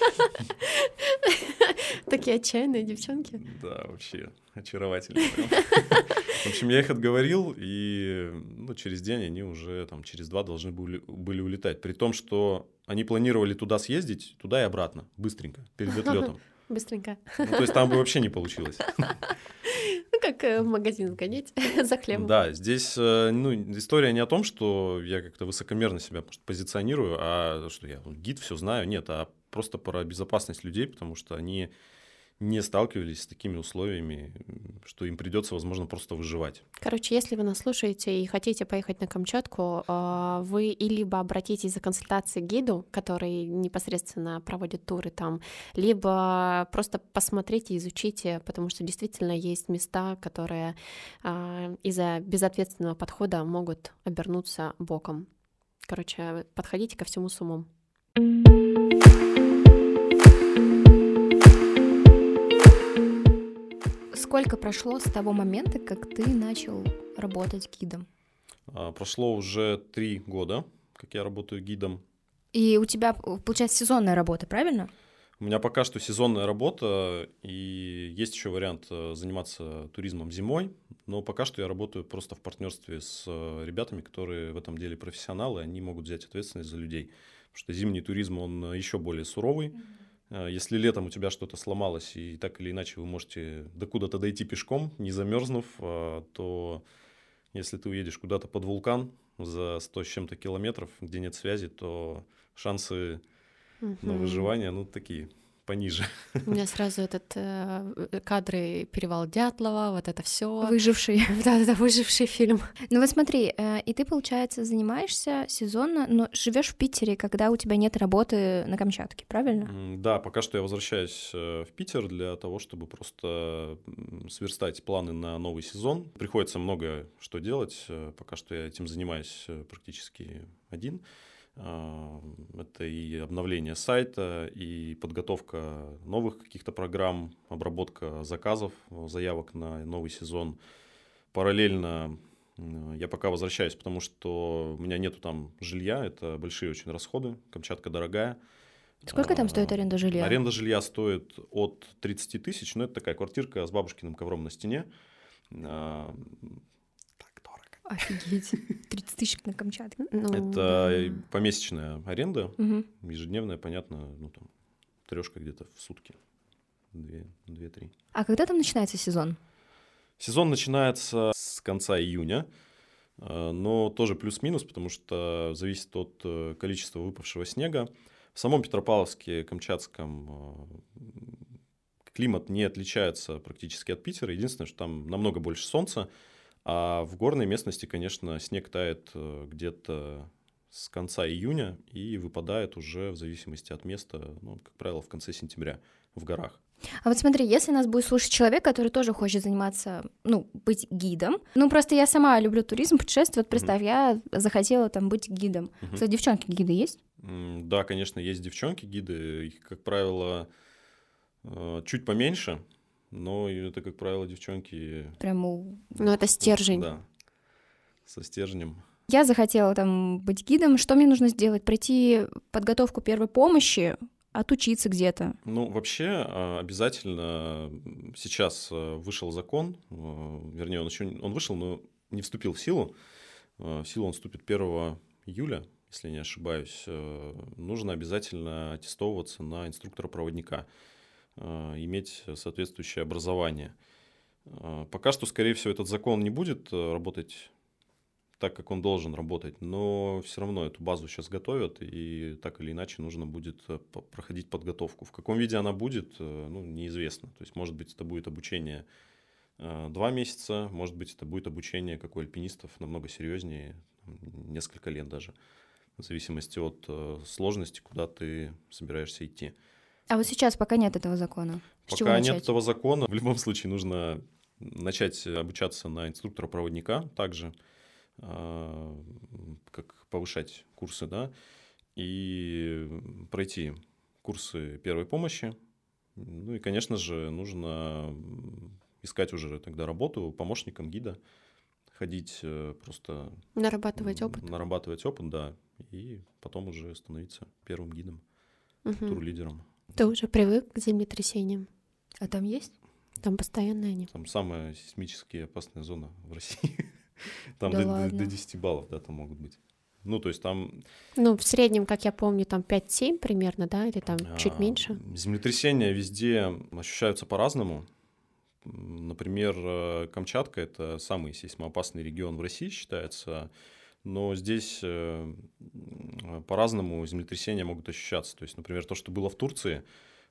Такие отчаянные девчонки. Да, вообще очаровательно. В общем, я их отговорил, и через день они уже через 2 должны были улетать. При том, что они планировали туда съездить, туда и обратно, быстренько, перед отлетом. Быстренько. То есть там бы вообще не получилось. Ну, как в магазин сгонять за хлебом. Да, здесь история не о том, что я как-то высокомерно себя позиционирую, а что я гид, все знаю. Нет, а просто про безопасность людей, потому что они не сталкивались с такими условиями, что им придется, возможно, просто выживать. Короче, если вы нас слушаете и хотите поехать на Камчатку, вы и либо обратитесь за консультацией к гиду, который непосредственно проводит туры там, либо просто посмотрите, изучите, потому что действительно есть места, которые из-за безответственного подхода могут обернуться боком. Короче, подходите ко всему с умом. Сколько прошло с того момента, как ты начал работать гидом? Прошло уже 3 года, как я работаю гидом. И у тебя, получается, сезонная работа, правильно? У меня пока что сезонная работа, и есть еще вариант заниматься туризмом зимой, но пока что я работаю просто в партнерстве с ребятами, которые в этом деле профессионалы, они могут взять ответственность за людей. Потому что зимний туризм, он еще более суровый. Если летом у тебя что-то сломалось, и так или иначе вы можете до куда-то дойти пешком, не замерзнув, то если ты уедешь куда-то под вулкан за 100 с чем-то километров, где нет связи, то шансы на выживание, такие, пониже. У меня сразу кадры «Перевал Дятлова», вот это все. Выживший. Да, выживший фильм. Ну вот смотри, и ты, получается, занимаешься сезонно, но живешь в Питере, когда у тебя нет работы на Камчатке, правильно? Да, пока что я возвращаюсь в Питер для того, чтобы просто сверстать планы на новый сезон. Приходится много что делать, пока что я этим занимаюсь практически один. Это и обновление сайта, и подготовка новых каких-то программ, обработка заказов, заявок на новый сезон. Параллельно я пока возвращаюсь, потому что у меня нету там жилья, это большие очень расходы, Камчатка дорогая. Сколько там стоит аренда жилья? Аренда жилья стоит от 30 тысяч, но это такая квартирка с бабушкиным ковром на стене. Офигеть, 30 тысяч на Камчатке. Это помесячная аренда, ежедневная, понятно, там, 3 где-то в сутки, 2-3. А когда там начинается сезон? Сезон начинается с конца июня, но тоже плюс-минус, потому что зависит от количества выпавшего снега. В самом Петропавловске, Камчатском, климат не отличается практически от Питера. Единственное, что там намного больше солнца. А в горной местности, конечно, снег тает где-то с конца июня и выпадает уже в зависимости от места, как правило, в конце сентября в горах. А вот смотри, если нас будет слушать человек, который тоже хочет заниматься, быть гидом. Просто я сама люблю туризм, путешествия. Вот представь, я захотела там быть гидом. Кстати, девчонки-гиды есть? Да, конечно, есть девчонки-гиды. Их, как правило, чуть поменьше. Но это, как правило, девчонки... Ну, это стержень. Да, со стержнем. Я захотела там быть гидом. Что мне нужно сделать? Пройти подготовку первой помощи, отучиться где-то? Вообще, обязательно сейчас вышел закон, вернее, он вышел, но не вступил в силу. В силу он вступит 1 июля, если не ошибаюсь. Нужно обязательно аттестовываться на инструктора-проводника, иметь соответствующее образование. Пока что, скорее всего, этот закон не будет работать так, как он должен работать, но все равно эту базу сейчас готовят, и так или иначе нужно будет проходить подготовку. В каком виде она будет, неизвестно. То есть, может быть, это будет обучение 2 месяца, может быть, это будет обучение, как у альпинистов, намного серьезнее, несколько лет даже, в зависимости от сложности, куда ты собираешься идти. А вот сейчас пока нет этого закона. Пока нет этого закона, в любом случае нужно начать обучаться на инструктора-проводника также, как повышать курсы, да, и пройти курсы первой помощи. Ну и, конечно же, нужно искать уже тогда работу помощником гида, ходить просто... Нарабатывать опыт. Нарабатывать опыт, да, и потом уже становиться первым гидом, тур-лидером. Ты уже привык к землетрясениям? А там есть? Там постоянно они. Там самая сейсмически опасная зона в России. Там Да до 10 баллов, да, там могут быть. Ну, то есть там... Ну, в среднем, как я помню, там 5-7 примерно, да, или там чуть меньше? Землетрясения везде ощущаются по-разному. Например, Камчатка — это самый сейсмоопасный регион в России считается, но здесь по-разному землетрясения могут ощущаться. То есть, например, то, что было в Турции,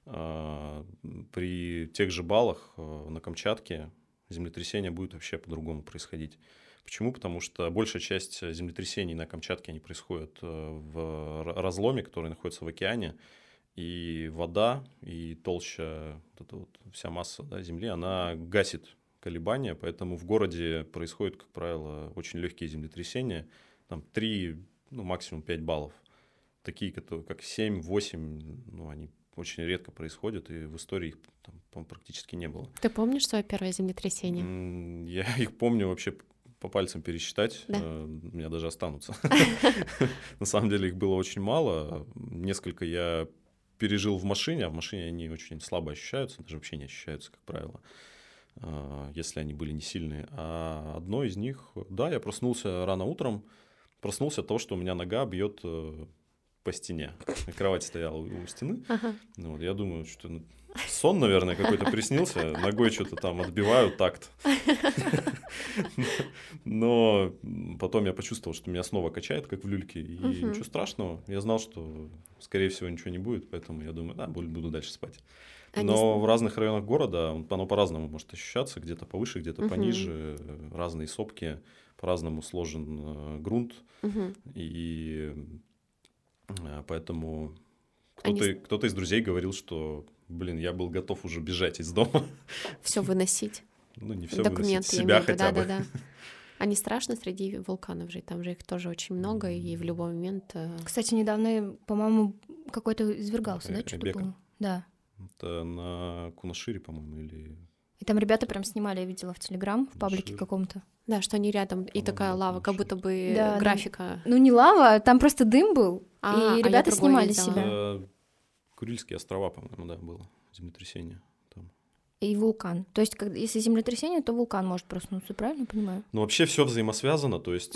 при тех же баллах на Камчатке землетрясение будет вообще по-другому происходить. Почему? Потому что большая часть землетрясений на Камчатке, они происходят в разломе, который находится в океане, и вода, и толща, вот эта вот вся масса, да, земли, она гасит колебания, поэтому в городе происходят, как правило, очень легкие землетрясения, там 3, максимум 5 баллов. Такие, как 7, 8, они очень редко происходят, и в истории их там практически не было. Ты помнишь свое первое землетрясение? Я их помню вообще по пальцам пересчитать, да? У меня даже останутся. На самом деле их было очень мало. Несколько я пережил в машине, а в машине они очень слабо ощущаются, даже вообще не ощущаются, как правило, если они были не сильные. А одно из них, да, я проснулся рано утром, проснулся от того, что у меня нога бьет по стене. Кровать стояла у стены. Я думаю, что сон, наверное, какой-то приснился. Ногой что-то там отбиваю такт. Но потом я почувствовал, что меня снова качает, как в люльке. И ничего страшного. Я знал, что, скорее всего, ничего не будет. Поэтому я думаю, буду дальше спать. Но в разных районах города оно по-разному может ощущаться. Где-то повыше, где-то пониже. Разные сопки. По-разному сложен грунт. И... Поэтому кто-то из друзей говорил, что, я был готов уже бежать из дома. Все выносить. Не все выносить, себя хотя бы. Да. А не страшно среди вулканов жить? Там же их тоже очень много, и в любой момент... Кстати, недавно, по-моему, какой-то извергался, да, что-то было? Да. Это на Кунашире, по-моему, или... И там ребята прям снимали, я видела в Телеграм, в паблике каком-то. Да, что они рядом, и такая лава, как будто бы графика. Ну, не лава, там просто дым был, и ребята снимали себя. Курильские острова, по-моему, да, было землетрясение там. И вулкан. То есть, если землетрясение, то вулкан может проснуться, правильно понимаю? Ну, вообще все взаимосвязано, то есть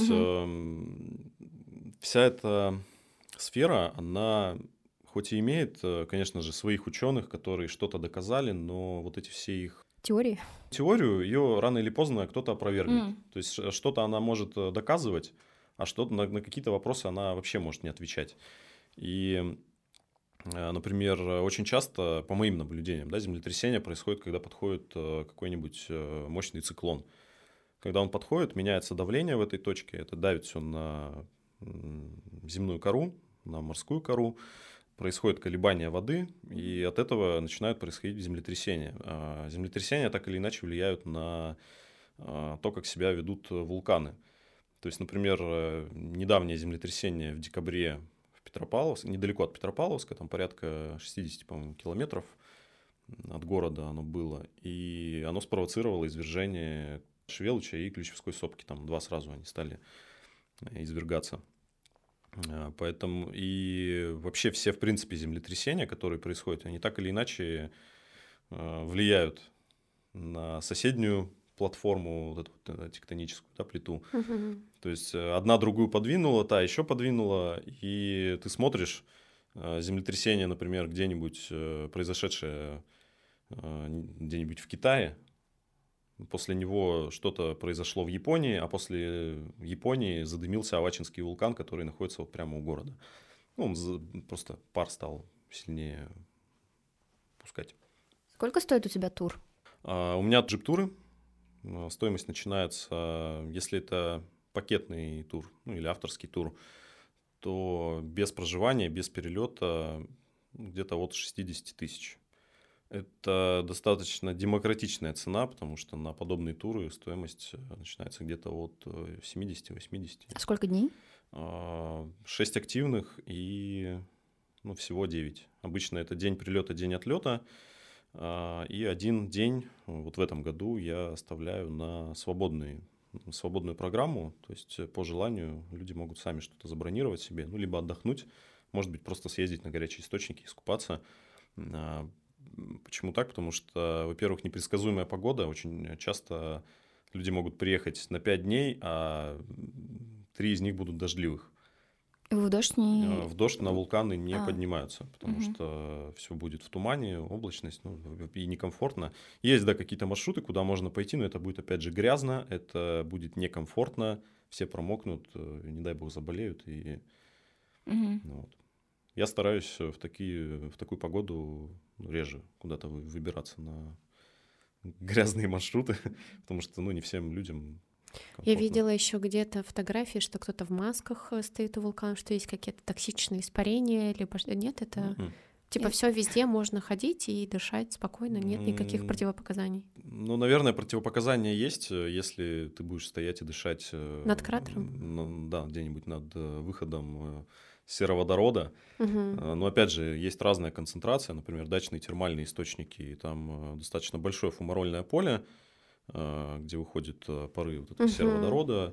вся эта сфера, она хоть и имеет, конечно же, своих ученых, которые что-то доказали, но вот эти все их теорию, ее рано или поздно кто-то опровергнет. То есть что-то она может доказывать, а что-то на какие-то вопросы она вообще может не отвечать. И, например, очень часто, по моим наблюдениям, землетрясение происходит, когда подходит какой-нибудь мощный циклон. Когда он подходит, меняется давление в этой точке, это давит все на земную кору, на морскую кору. Происходит колебание воды, и от этого начинают происходить землетрясения. Землетрясения так или иначе влияют на то, как себя ведут вулканы. То есть, например, недавнее землетрясение в декабре в Петропавловске, недалеко от Петропавловска, там порядка 60, по-моему, километров от города оно было, и оно спровоцировало извержение Швелыча и Ключевской сопки. Там 2 сразу они стали извергаться. Поэтому и вообще все, в принципе, землетрясения, которые происходят, они так или иначе влияют на соседнюю платформу, вот эту тектоническую, плиту. То есть одна другую подвинула, та еще подвинула, и ты смотришь землетрясение, например, где-нибудь произошедшее где-нибудь в Китае, После него что-то произошло в Японии, а после Японии задымился Авачинский вулкан, который находится вот прямо у города. Ну, просто пар стал сильнее пускать. Сколько стоит у тебя тур? У меня джип-туры. Стоимость начинается, если это пакетный тур, ну или авторский тур, то без проживания, без перелета где-то от 60 тысяч. Это достаточно демократичная цена, потому что на подобные туры стоимость начинается где-то от 70-80. А сколько дней? 6 активных и всего 9. Обычно это день прилета, день отлета. И один день вот в этом году я оставляю на свободную программу. То есть по желанию люди могут сами что-то забронировать себе, либо отдохнуть, может быть, просто съездить на горячие источники, искупаться. Почему так? Потому что, во-первых, непредсказуемая погода. Очень часто люди могут приехать на 5 дней, а 3 из них будут дождливых. В дождь не... В дождь на вулканы не поднимаются, потому что все будет в тумане, облачность, и некомфортно. Есть, да, какие-то маршруты, куда можно пойти, но это будет, опять же, грязно, это будет некомфортно, все промокнут, не дай бог заболеют. Вот. Я стараюсь в такую погоду реже куда-то выбираться на грязные маршруты, потому что не всем людям комфортно. Я видела еще где-то фотографии, что кто-то в масках стоит у вулкана, что есть какие-то токсичные испарения, либо нет, это типа все везде можно ходить и дышать спокойно, нет никаких противопоказаний. Наверное, противопоказания есть, если ты будешь стоять и дышать над кратером. Да, где-нибудь над выходом сероводорода. Но опять же, есть разная концентрация, например, дачные термальные источники, и там достаточно большое фумарольное поле, где выходят пары вот этого сероводорода,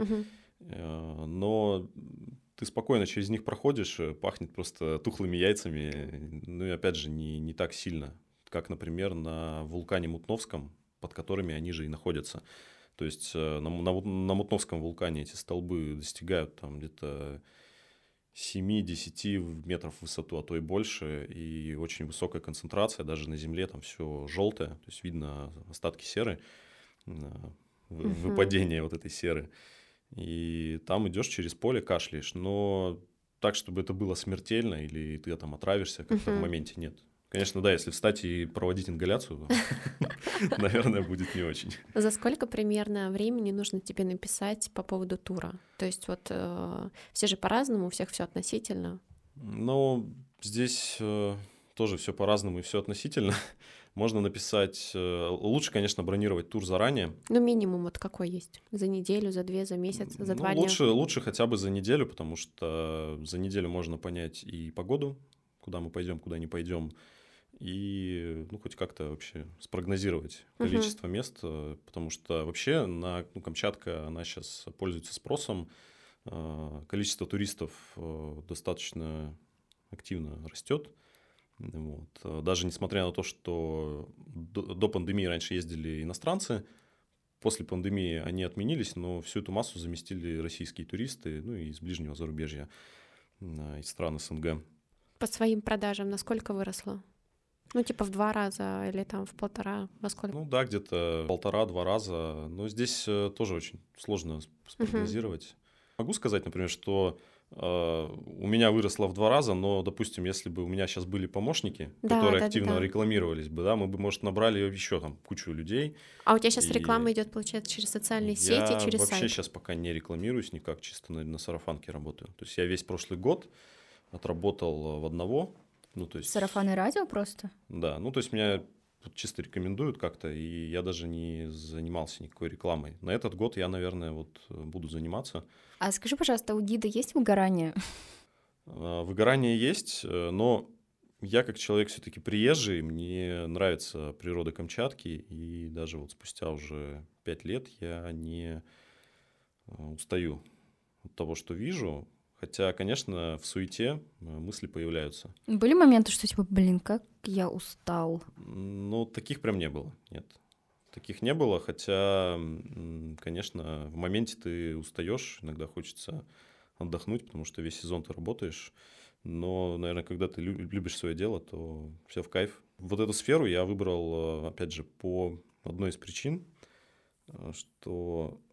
но ты спокойно через них проходишь, пахнет просто тухлыми яйцами, и опять же не так сильно, как, например, на вулкане Мутновском, под которыми они же и находятся. То есть на Мутновском вулкане эти столбы достигают там где-то 7-10 метров в высоту, а то и больше, и очень высокая концентрация, даже на земле там все желтое, то есть видно остатки серы, выпадение вот этой серы. И там идешь через поле, кашляешь, но так, чтобы это было смертельно или ты там отравишься, как-то в моменте нет. Конечно, да, если встать и проводить ингаляцию, наверное, будет не очень. За сколько примерно времени нужно тебе написать по поводу тура? То есть вот все же по-разному, у всех все относительно. Здесь тоже все по-разному и все относительно. Можно написать... Лучше, конечно, бронировать тур заранее. Минимум вот какой есть? За неделю, за 2, за месяц, за 2 дня? Лучше хотя бы за неделю, потому что за неделю можно понять и погоду, куда мы пойдем, куда не пойдем, и хоть как-то вообще спрогнозировать количество мест, потому что вообще Камчатка, она сейчас пользуется спросом, количество туристов достаточно активно растет. Вот. Даже несмотря на то, что до пандемии раньше ездили иностранцы, после пандемии они отменились, но всю эту массу заместили российские туристы, и из ближнего зарубежья, из стран СНГ. По своим продажам насколько выросло? В 2 раза или там в 1,5, во сколько? Да, где-то 1,5-2 раза. Но здесь тоже очень сложно спрогнозировать. Могу сказать, например, что у меня выросло в 2 раза, но, допустим, если бы у меня сейчас были помощники, которые активно рекламировались бы, мы бы, может, набрали еще там кучу людей. А у тебя сейчас реклама идет, получается, через социальные сети, через сайт? Я вообще сейчас пока не рекламируюсь никак, чисто на сарафанке работаю. То есть я весь прошлый год отработал в одного. Сарафан и радио просто? Да, то есть меня чисто рекомендуют как-то, и я даже не занимался никакой рекламой. На этот год я, наверное, буду заниматься. А скажи, пожалуйста, у гида есть выгорание? Выгорание есть, но я как человек все-таки приезжий, мне нравится природа Камчатки, и даже спустя уже 5 лет я не устаю от того, что вижу. Хотя, конечно, в суете мысли появляются. Были моменты, что как я устал? Таких прям не было, нет. Таких не было, хотя, конечно, в моменте ты устаешь, иногда хочется отдохнуть, потому что весь сезон ты работаешь. Но, наверное, когда ты любишь свое дело, то все в кайф. Вот эту сферу я выбрал, опять же, по одной из причин. что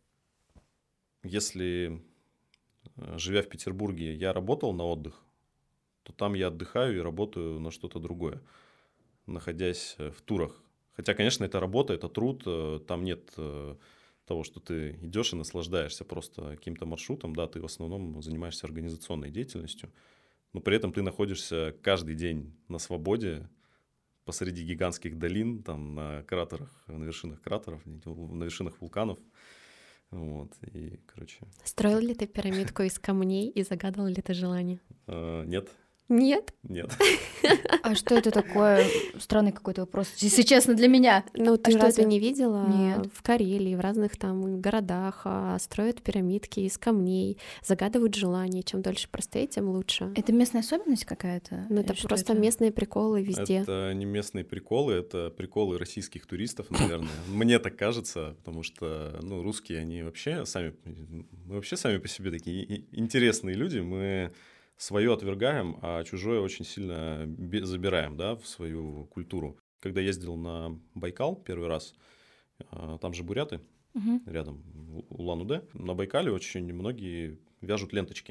если, живя в Петербурге, я работал на отдых, то там я отдыхаю и работаю на что-то другое, находясь в турах. Хотя, конечно, это работа, это труд, там нет того, что ты идешь и наслаждаешься просто каким-то маршрутом, да, ты в основном занимаешься организационной деятельностью, но при этом ты находишься каждый день на свободе, посреди гигантских долин, там на кратерах, на вершинах кратеров, на вершинах вулканов. Вот, и, короче... Строил ли ты пирамидку из камней и загадывал ли ты желание? Нет. Нет? Нет. А что это такое? Странный какой-то вопрос, если честно, для меня. Ну, ты что разве это? не видела? Нет. В Карелии, в разных там городах строят пирамидки из камней, загадывают желания. Чем дольше простоять, тем лучше. Это местная особенность какая-то? Ну, это Или что просто это? местные приколы везде. Это не местные приколы, это приколы российских туристов, наверное. Мне так кажется, потому что, ну, русские, они вообще сами, мы вообще сами по себе такие интересные люди, мы свое отвергаем, а чужое очень сильно забираем, да, в свою культуру. Когда ездил на Байкал первый раз, там же буряты рядом, Улан-Удэ, на Байкале очень многие вяжут ленточки.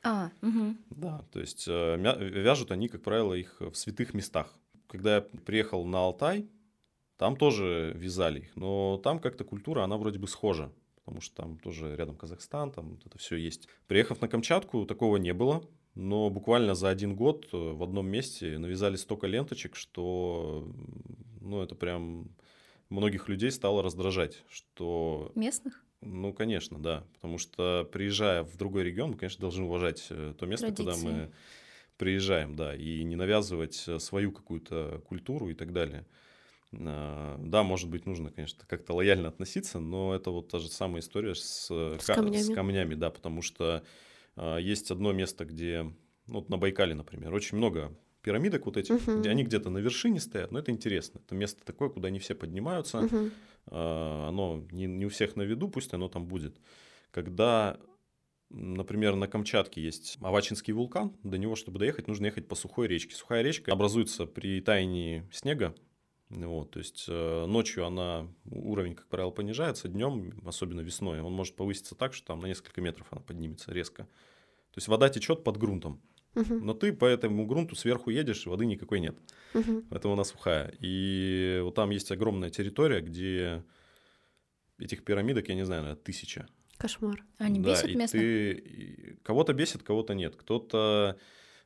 Да, то есть вяжут они, как правило, их в святых местах. Когда я приехал на Алтай, там тоже вязали их, но там как-то культура, она вроде бы схожа, потому что там тоже рядом Казахстан, там вот это все есть. Приехав на Камчатку, такого не было, но буквально за 1 год в одном месте навязали столько ленточек, что, ну, это прям многих людей стало раздражать, что... Местных? Ну, конечно, да, потому что, приезжая в другой регион, мы, конечно, должны уважать то место, куда мы приезжаем, да, и не навязывать свою какую-то культуру и так далее. Да, может быть, нужно, конечно, как-то лояльно относиться, но это вот та же самая история с камнями, да, потому что есть одно место, где, ну, вот на Байкале, например, очень много пирамидок вот этих, где они где-то на вершине стоят, но это интересно. Это место такое, куда не все поднимаются, оно не у всех на виду, пусть оно там будет. Когда, например, на Камчатке есть Авачинский вулкан, до него, чтобы доехать, нужно ехать по сухой речке. Сухая речка образуется при таянии снега. Вот, то есть ночью уровень, как правило, понижается, днем, особенно весной, он может повыситься так, что там на несколько метров она поднимется резко. То есть вода течет под грунтом, но ты по этому грунту сверху едешь, воды никакой нет, поэтому она сухая. И вот там есть огромная территория, где этих пирамидок, я не знаю, 1000. Кошмар. Они бесят местных? Кого-то бесит, кого-то нет. Кто-то,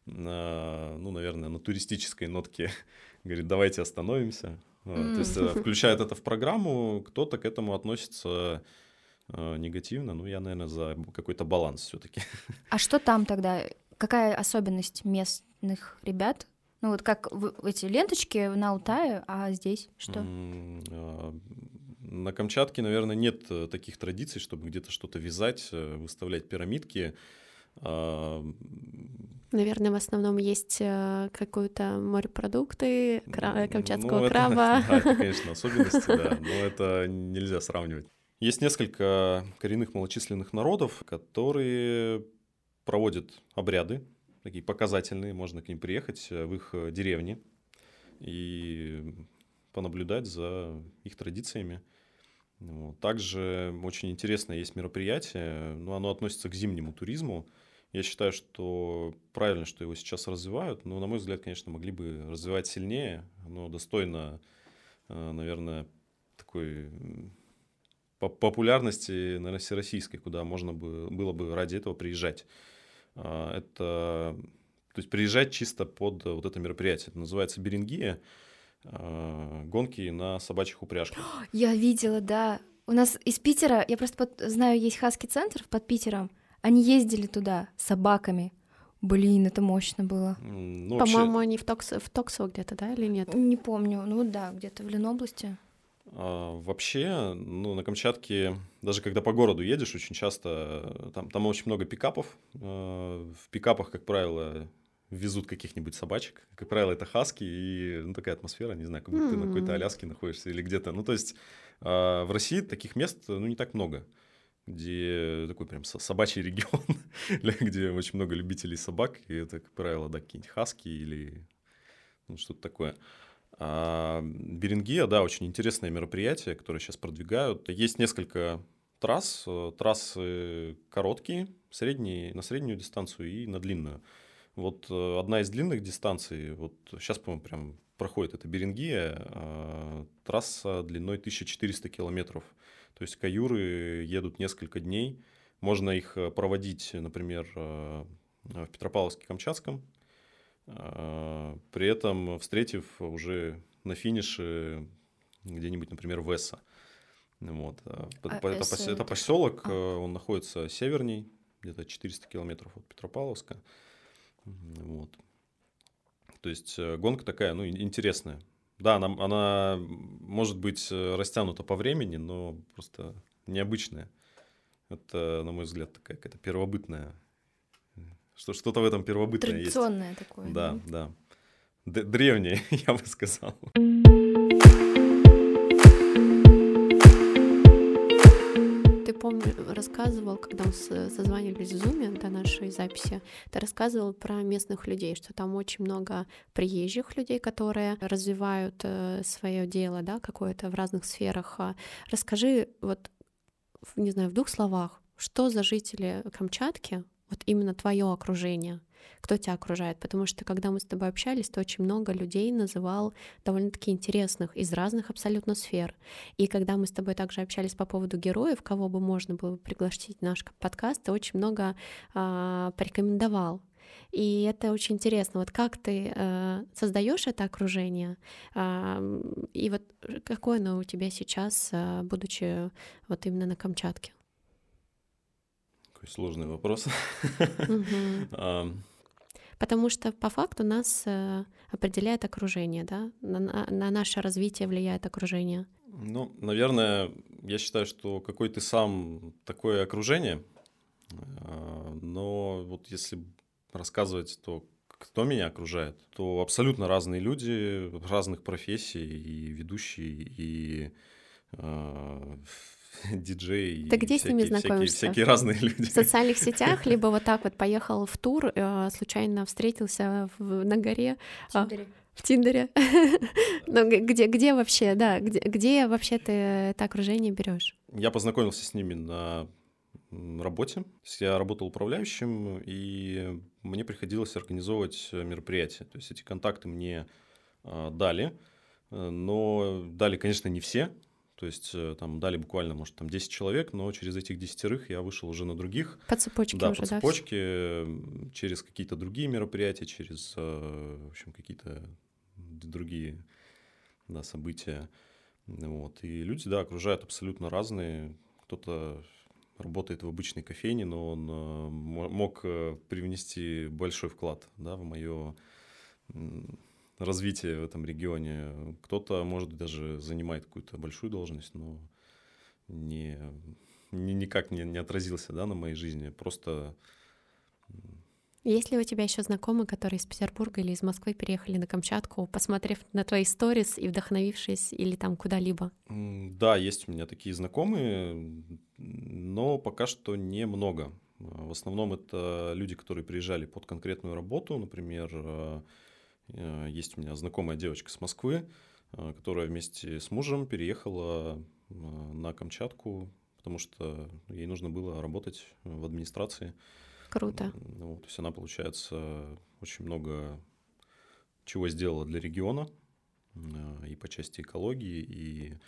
ну, наверное, на туристической нотке говорит, давайте остановимся. То есть включает это в программу, кто-то к этому относится негативно. Ну, я, наверное, за какой-то баланс все-таки. А что там тогда? Какая особенность местных ребят? Ну, вот как эти ленточки на Алтае, а здесь что? На Камчатке, наверное, нет таких традиций, чтобы где-то что-то вязать, выставлять пирамидки. Наверное, в основном есть какие-то морепродукты, камчатского краба. Да, это, конечно, особенности, да, но это нельзя сравнивать. Есть несколько коренных малочисленных народов, которые проводят обряды, такие показательные, можно к ним приехать в их деревне и понаблюдать за их традициями. Также очень интересное есть мероприятие, но оно относится к зимнему туризму. Я считаю, что правильно, что его сейчас развивают, но, на мой взгляд, конечно, могли бы развивать сильнее. Оно достойно, наверное, такой популярности, наверное, всероссийской, куда можно было бы ради этого приезжать. То есть приезжать чисто под вот это мероприятие. Это называется Берингия, гонки на собачьих упряжках. Я видела, да. У нас из Питера, я просто знаю, есть хаски-центр под Питером. Они ездили туда с собаками. Блин, это мощно было. Ну, по-моему, они в Токсово где-то, да, или нет? Не помню. Ну да, где-то в Ленобласти. Вообще, ну, на Камчатке, даже когда по городу едешь, очень часто там очень много пикапов. В пикапах, как правило, везут каких-нибудь собачек. Как правило, это хаски, и ну, такая атмосфера, не знаю, как будто ты на какой-то Аляске находишься или где-то. Ну, то есть в России таких мест, ну, не так много, где такой прям собачий регион, где очень много любителей собак, и это, как правило, да, какие-нибудь хаски или ну, что-то такое. Берингия, да, очень интересное мероприятие, которое сейчас продвигают. Есть несколько трасс. Трассы короткие, на среднюю дистанцию и на длинную. Вот одна из длинных дистанций, вот сейчас, по-моему, прям проходит эта Берингия, трасса длиной 1400 километров. То есть каюры едут несколько дней. Можно их проводить, например, в Петропавловске-Камчатском, при этом встретив уже на финише где-нибудь, например, в Эсса. Вот. Это поселок, он находится северней, где-то 400 километров от Петропавловска. Вот. То есть гонка такая, ну, интересная. Да, она может быть растянута по времени, но просто необычная. Это, на мой взгляд, такая какая-то первобытная. Что-то в этом первобытное традиционное есть. Такое. Да, да. Древнее, я бы сказал. Ты, помню, рассказывал, когда мы созванивались в Zoom до нашей записи, ты рассказывал про местных людей, что там очень много приезжих людей, которые развивают свое дело, да, какое-то в разных сферах. Расскажи, вот, не знаю, в 2 словах, что за жители Камчатки, вот именно твое окружение, кто тебя окружает? Потому что, когда мы с тобой общались, ты очень много людей называл довольно-таки интересных из разных абсолютно сфер. И когда мы с тобой также общались по поводу героев, кого бы можно было пригласить в наш подкаст, ты очень много порекомендовал. И это очень интересно. Вот как ты создаешь это окружение, и вот какое оно у тебя сейчас, будучи вот именно на Камчатке? Какой сложный вопрос. Потому что по факту нас определяет окружение, да? На наше развитие влияет окружение. Ну, наверное, я считаю, что какой ты сам, такое окружение. Но вот если рассказывать, то кто меня окружает, то абсолютно разные люди, разных профессий, и ведущие, и диджеи. Ты где с ними знакомишься? Всякие разные люди. В социальных сетях, либо вот так вот поехал в тур, случайно встретился на горе. В Тиндере. Но где вообще, да, где вообще ты это окружение берешь? Я познакомился с ними на работе. Я работал управляющим, и мне приходилось организовывать мероприятия. То есть эти контакты мне дали, но дали, конечно, не все. То есть там дали буквально, может, там 10 человек, но через этих 10 я вышел уже на других. По цепочке да, уже, по цепочке, через какие-то другие мероприятия, через, в общем, какие-то другие, да, события. Вот. И люди, да, окружают абсолютно разные. Кто-то работает в обычной кофейне, но он мог привнести большой вклад, да, в мое развитие в этом регионе. Кто-то, может, даже занимает какую-то большую должность, но никак не отразился, да, на моей жизни. Просто... Есть ли у тебя еще знакомые, которые из Петербурга или из Москвы переехали на Камчатку, посмотрев на твои сторис и вдохновившись или там куда-либо? Да, есть у меня такие знакомые, но пока что немного. В основном это люди, которые приезжали под конкретную работу. Например, есть у меня знакомая девочка с Москвы, которая вместе с мужем переехала на Камчатку, потому что ей нужно было работать в администрации. Круто. Вот, то есть она, получается, очень много чего сделала для региона, и по части экологии, и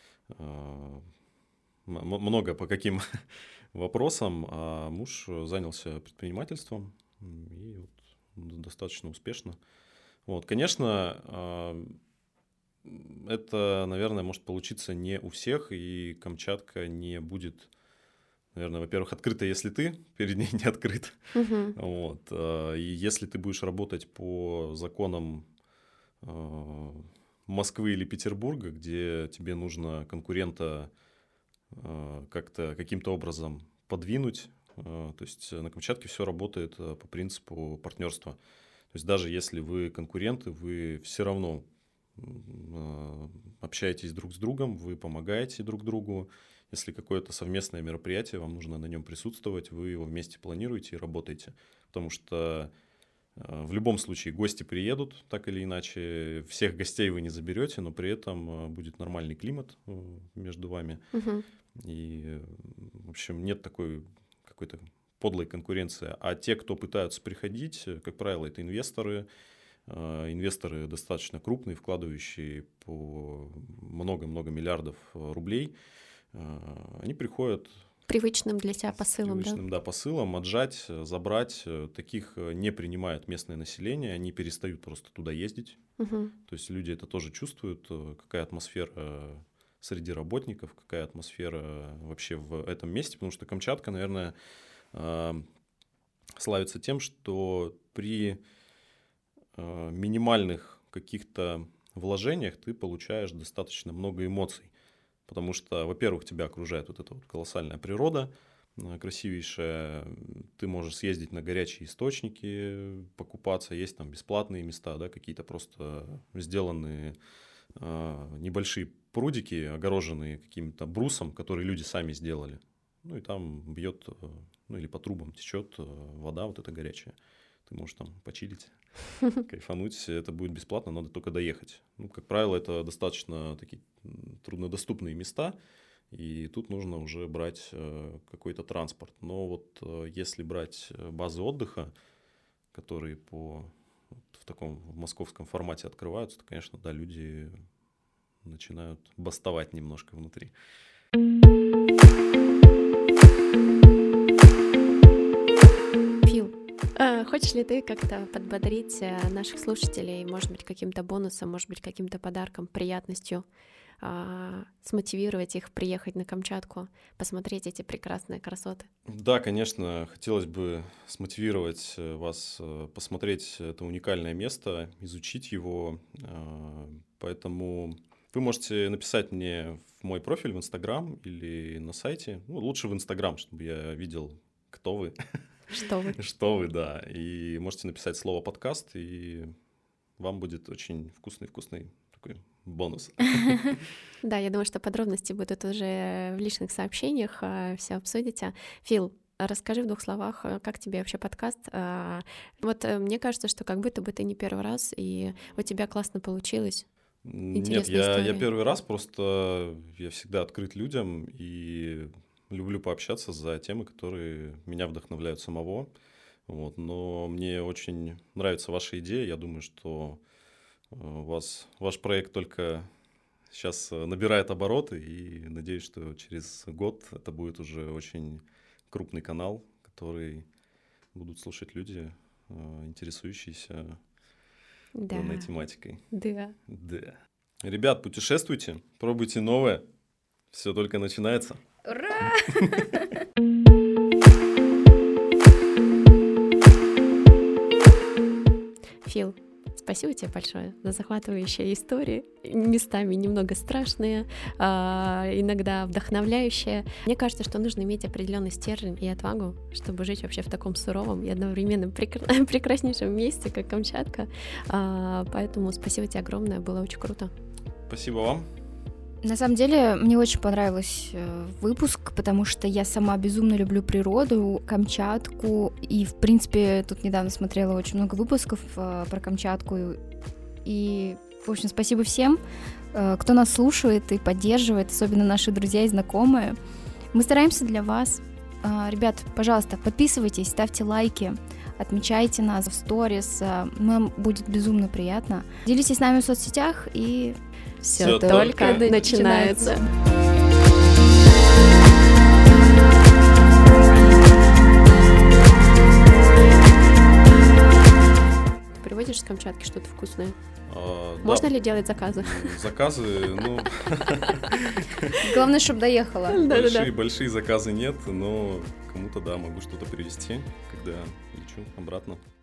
много по каким вопросам. А муж занялся предпринимательством, и вот достаточно успешно. Вот, конечно, это, наверное, может получиться не у всех, и Камчатка не будет... Наверное, во-первых, открыто, если ты перед ней не открыт. Вот. И если ты будешь работать по законам Москвы или Петербурга, где тебе нужно конкурента как-то каким-то образом подвинуть, то есть на Камчатке все работает по принципу партнерства. То есть даже если вы конкуренты, вы все равно общаетесь друг с другом, вы помогаете друг другу. Если какое-то совместное мероприятие, вам нужно на нем присутствовать, вы его вместе планируете и работаете. Потому что В любом случае гости приедут, так или иначе. Всех гостей вы не заберете, но при этом будет нормальный климат между вами. И, в общем, нет такой какой-то подлой конкуренции. А те, кто пытаются приходить, как правило, это инвесторы. Инвесторы достаточно крупные, вкладывающие по много-много миллиардов рублей. Они приходят... Привычным для тебя посылом, привычным, да, посылом отжать, забрать. Таких не принимает местное население, они перестают просто туда ездить. То есть люди это тоже чувствуют, какая атмосфера среди работников, какая атмосфера вообще в этом месте, потому что Камчатка, наверное, славится тем, что при минимальных каких-то вложениях ты получаешь достаточно много эмоций. Потому что, во-первых, тебя окружает вот эта вот колоссальная природа, красивейшая. Ты можешь съездить на горячие источники, покупаться. Есть там бесплатные места, да, какие-то просто сделанные небольшие прудики, огороженные каким-то брусом, которые люди сами сделали. Ну и там бьет, ну или по трубам течет вода вот эта горячая. Ты можешь там почилить, кайфануть. Это будет бесплатно, надо только доехать. Ну, как правило, это достаточно такие труднодоступные места, и тут нужно уже брать какой-то транспорт. Но вот если брать базы отдыха, которые в таком московском формате открываются, то, конечно, да, люди начинают бастовать немножко внутри. Хочешь ли ты как-то подбодрить наших слушателей, может быть, каким-то бонусом, может быть, каким-то подарком, приятностью, смотивировать их приехать на Камчатку, посмотреть эти прекрасные красоты? Да, конечно, хотелось бы смотивировать вас посмотреть это уникальное место, изучить его, поэтому вы можете написать мне в мой профиль в Инстаграм или на сайте, ну, лучше в Инстаграм, чтобы я видел, кто вы. Что вы? Что вы, да. И можете написать слово «подкаст», и вам будет очень вкусный такой бонус. Да, я думаю, что подробности будут уже в личных сообщениях, все обсудите. Фил, расскажи в 2 словах, как тебе вообще подкаст? Вот мне кажется, что как будто бы ты не первый раз, и у тебя классно получилось. Нет, я первый раз, просто я всегда открыт людям, и люблю пообщаться за темы, которые меня вдохновляют самого. Вот. Но мне очень нравится ваша идея. Я думаю, что ваш проект только сейчас набирает обороты. И надеюсь, что через год это будет уже очень крупный канал, который будут слушать люди, интересующиеся данной тематикой. Да. Ребят, путешествуйте, пробуйте новое. Все только начинается. Ура! Фил, спасибо тебе большое за захватывающие истории, местами немного страшные, иногда вдохновляющие. Мне кажется, что нужно иметь определенный стержень и отвагу, чтобы жить вообще в таком суровом и одновременно прекраснейшем месте, как Камчатка. Поэтому спасибо тебе огромное, было очень круто. Спасибо вам. На самом деле, мне очень понравился выпуск, потому что я сама безумно люблю природу, Камчатку, и, в принципе, тут недавно смотрела очень много выпусков про Камчатку, и, в общем, спасибо всем, кто нас слушает и поддерживает, особенно наши друзья и знакомые. Мы стараемся для вас. Ребят, пожалуйста, подписывайтесь, ставьте лайки, отмечайте нас в сторис, нам будет безумно приятно. Делитесь с нами в соцсетях, и все только начинается. Ты приводишь с Камчатки что-то вкусное? Можно ли делать заказы? Заказы, ну... Главное, чтобы доехала. Большие заказы нет, но кому-то, да, могу что-то привезти, когда лечу обратно.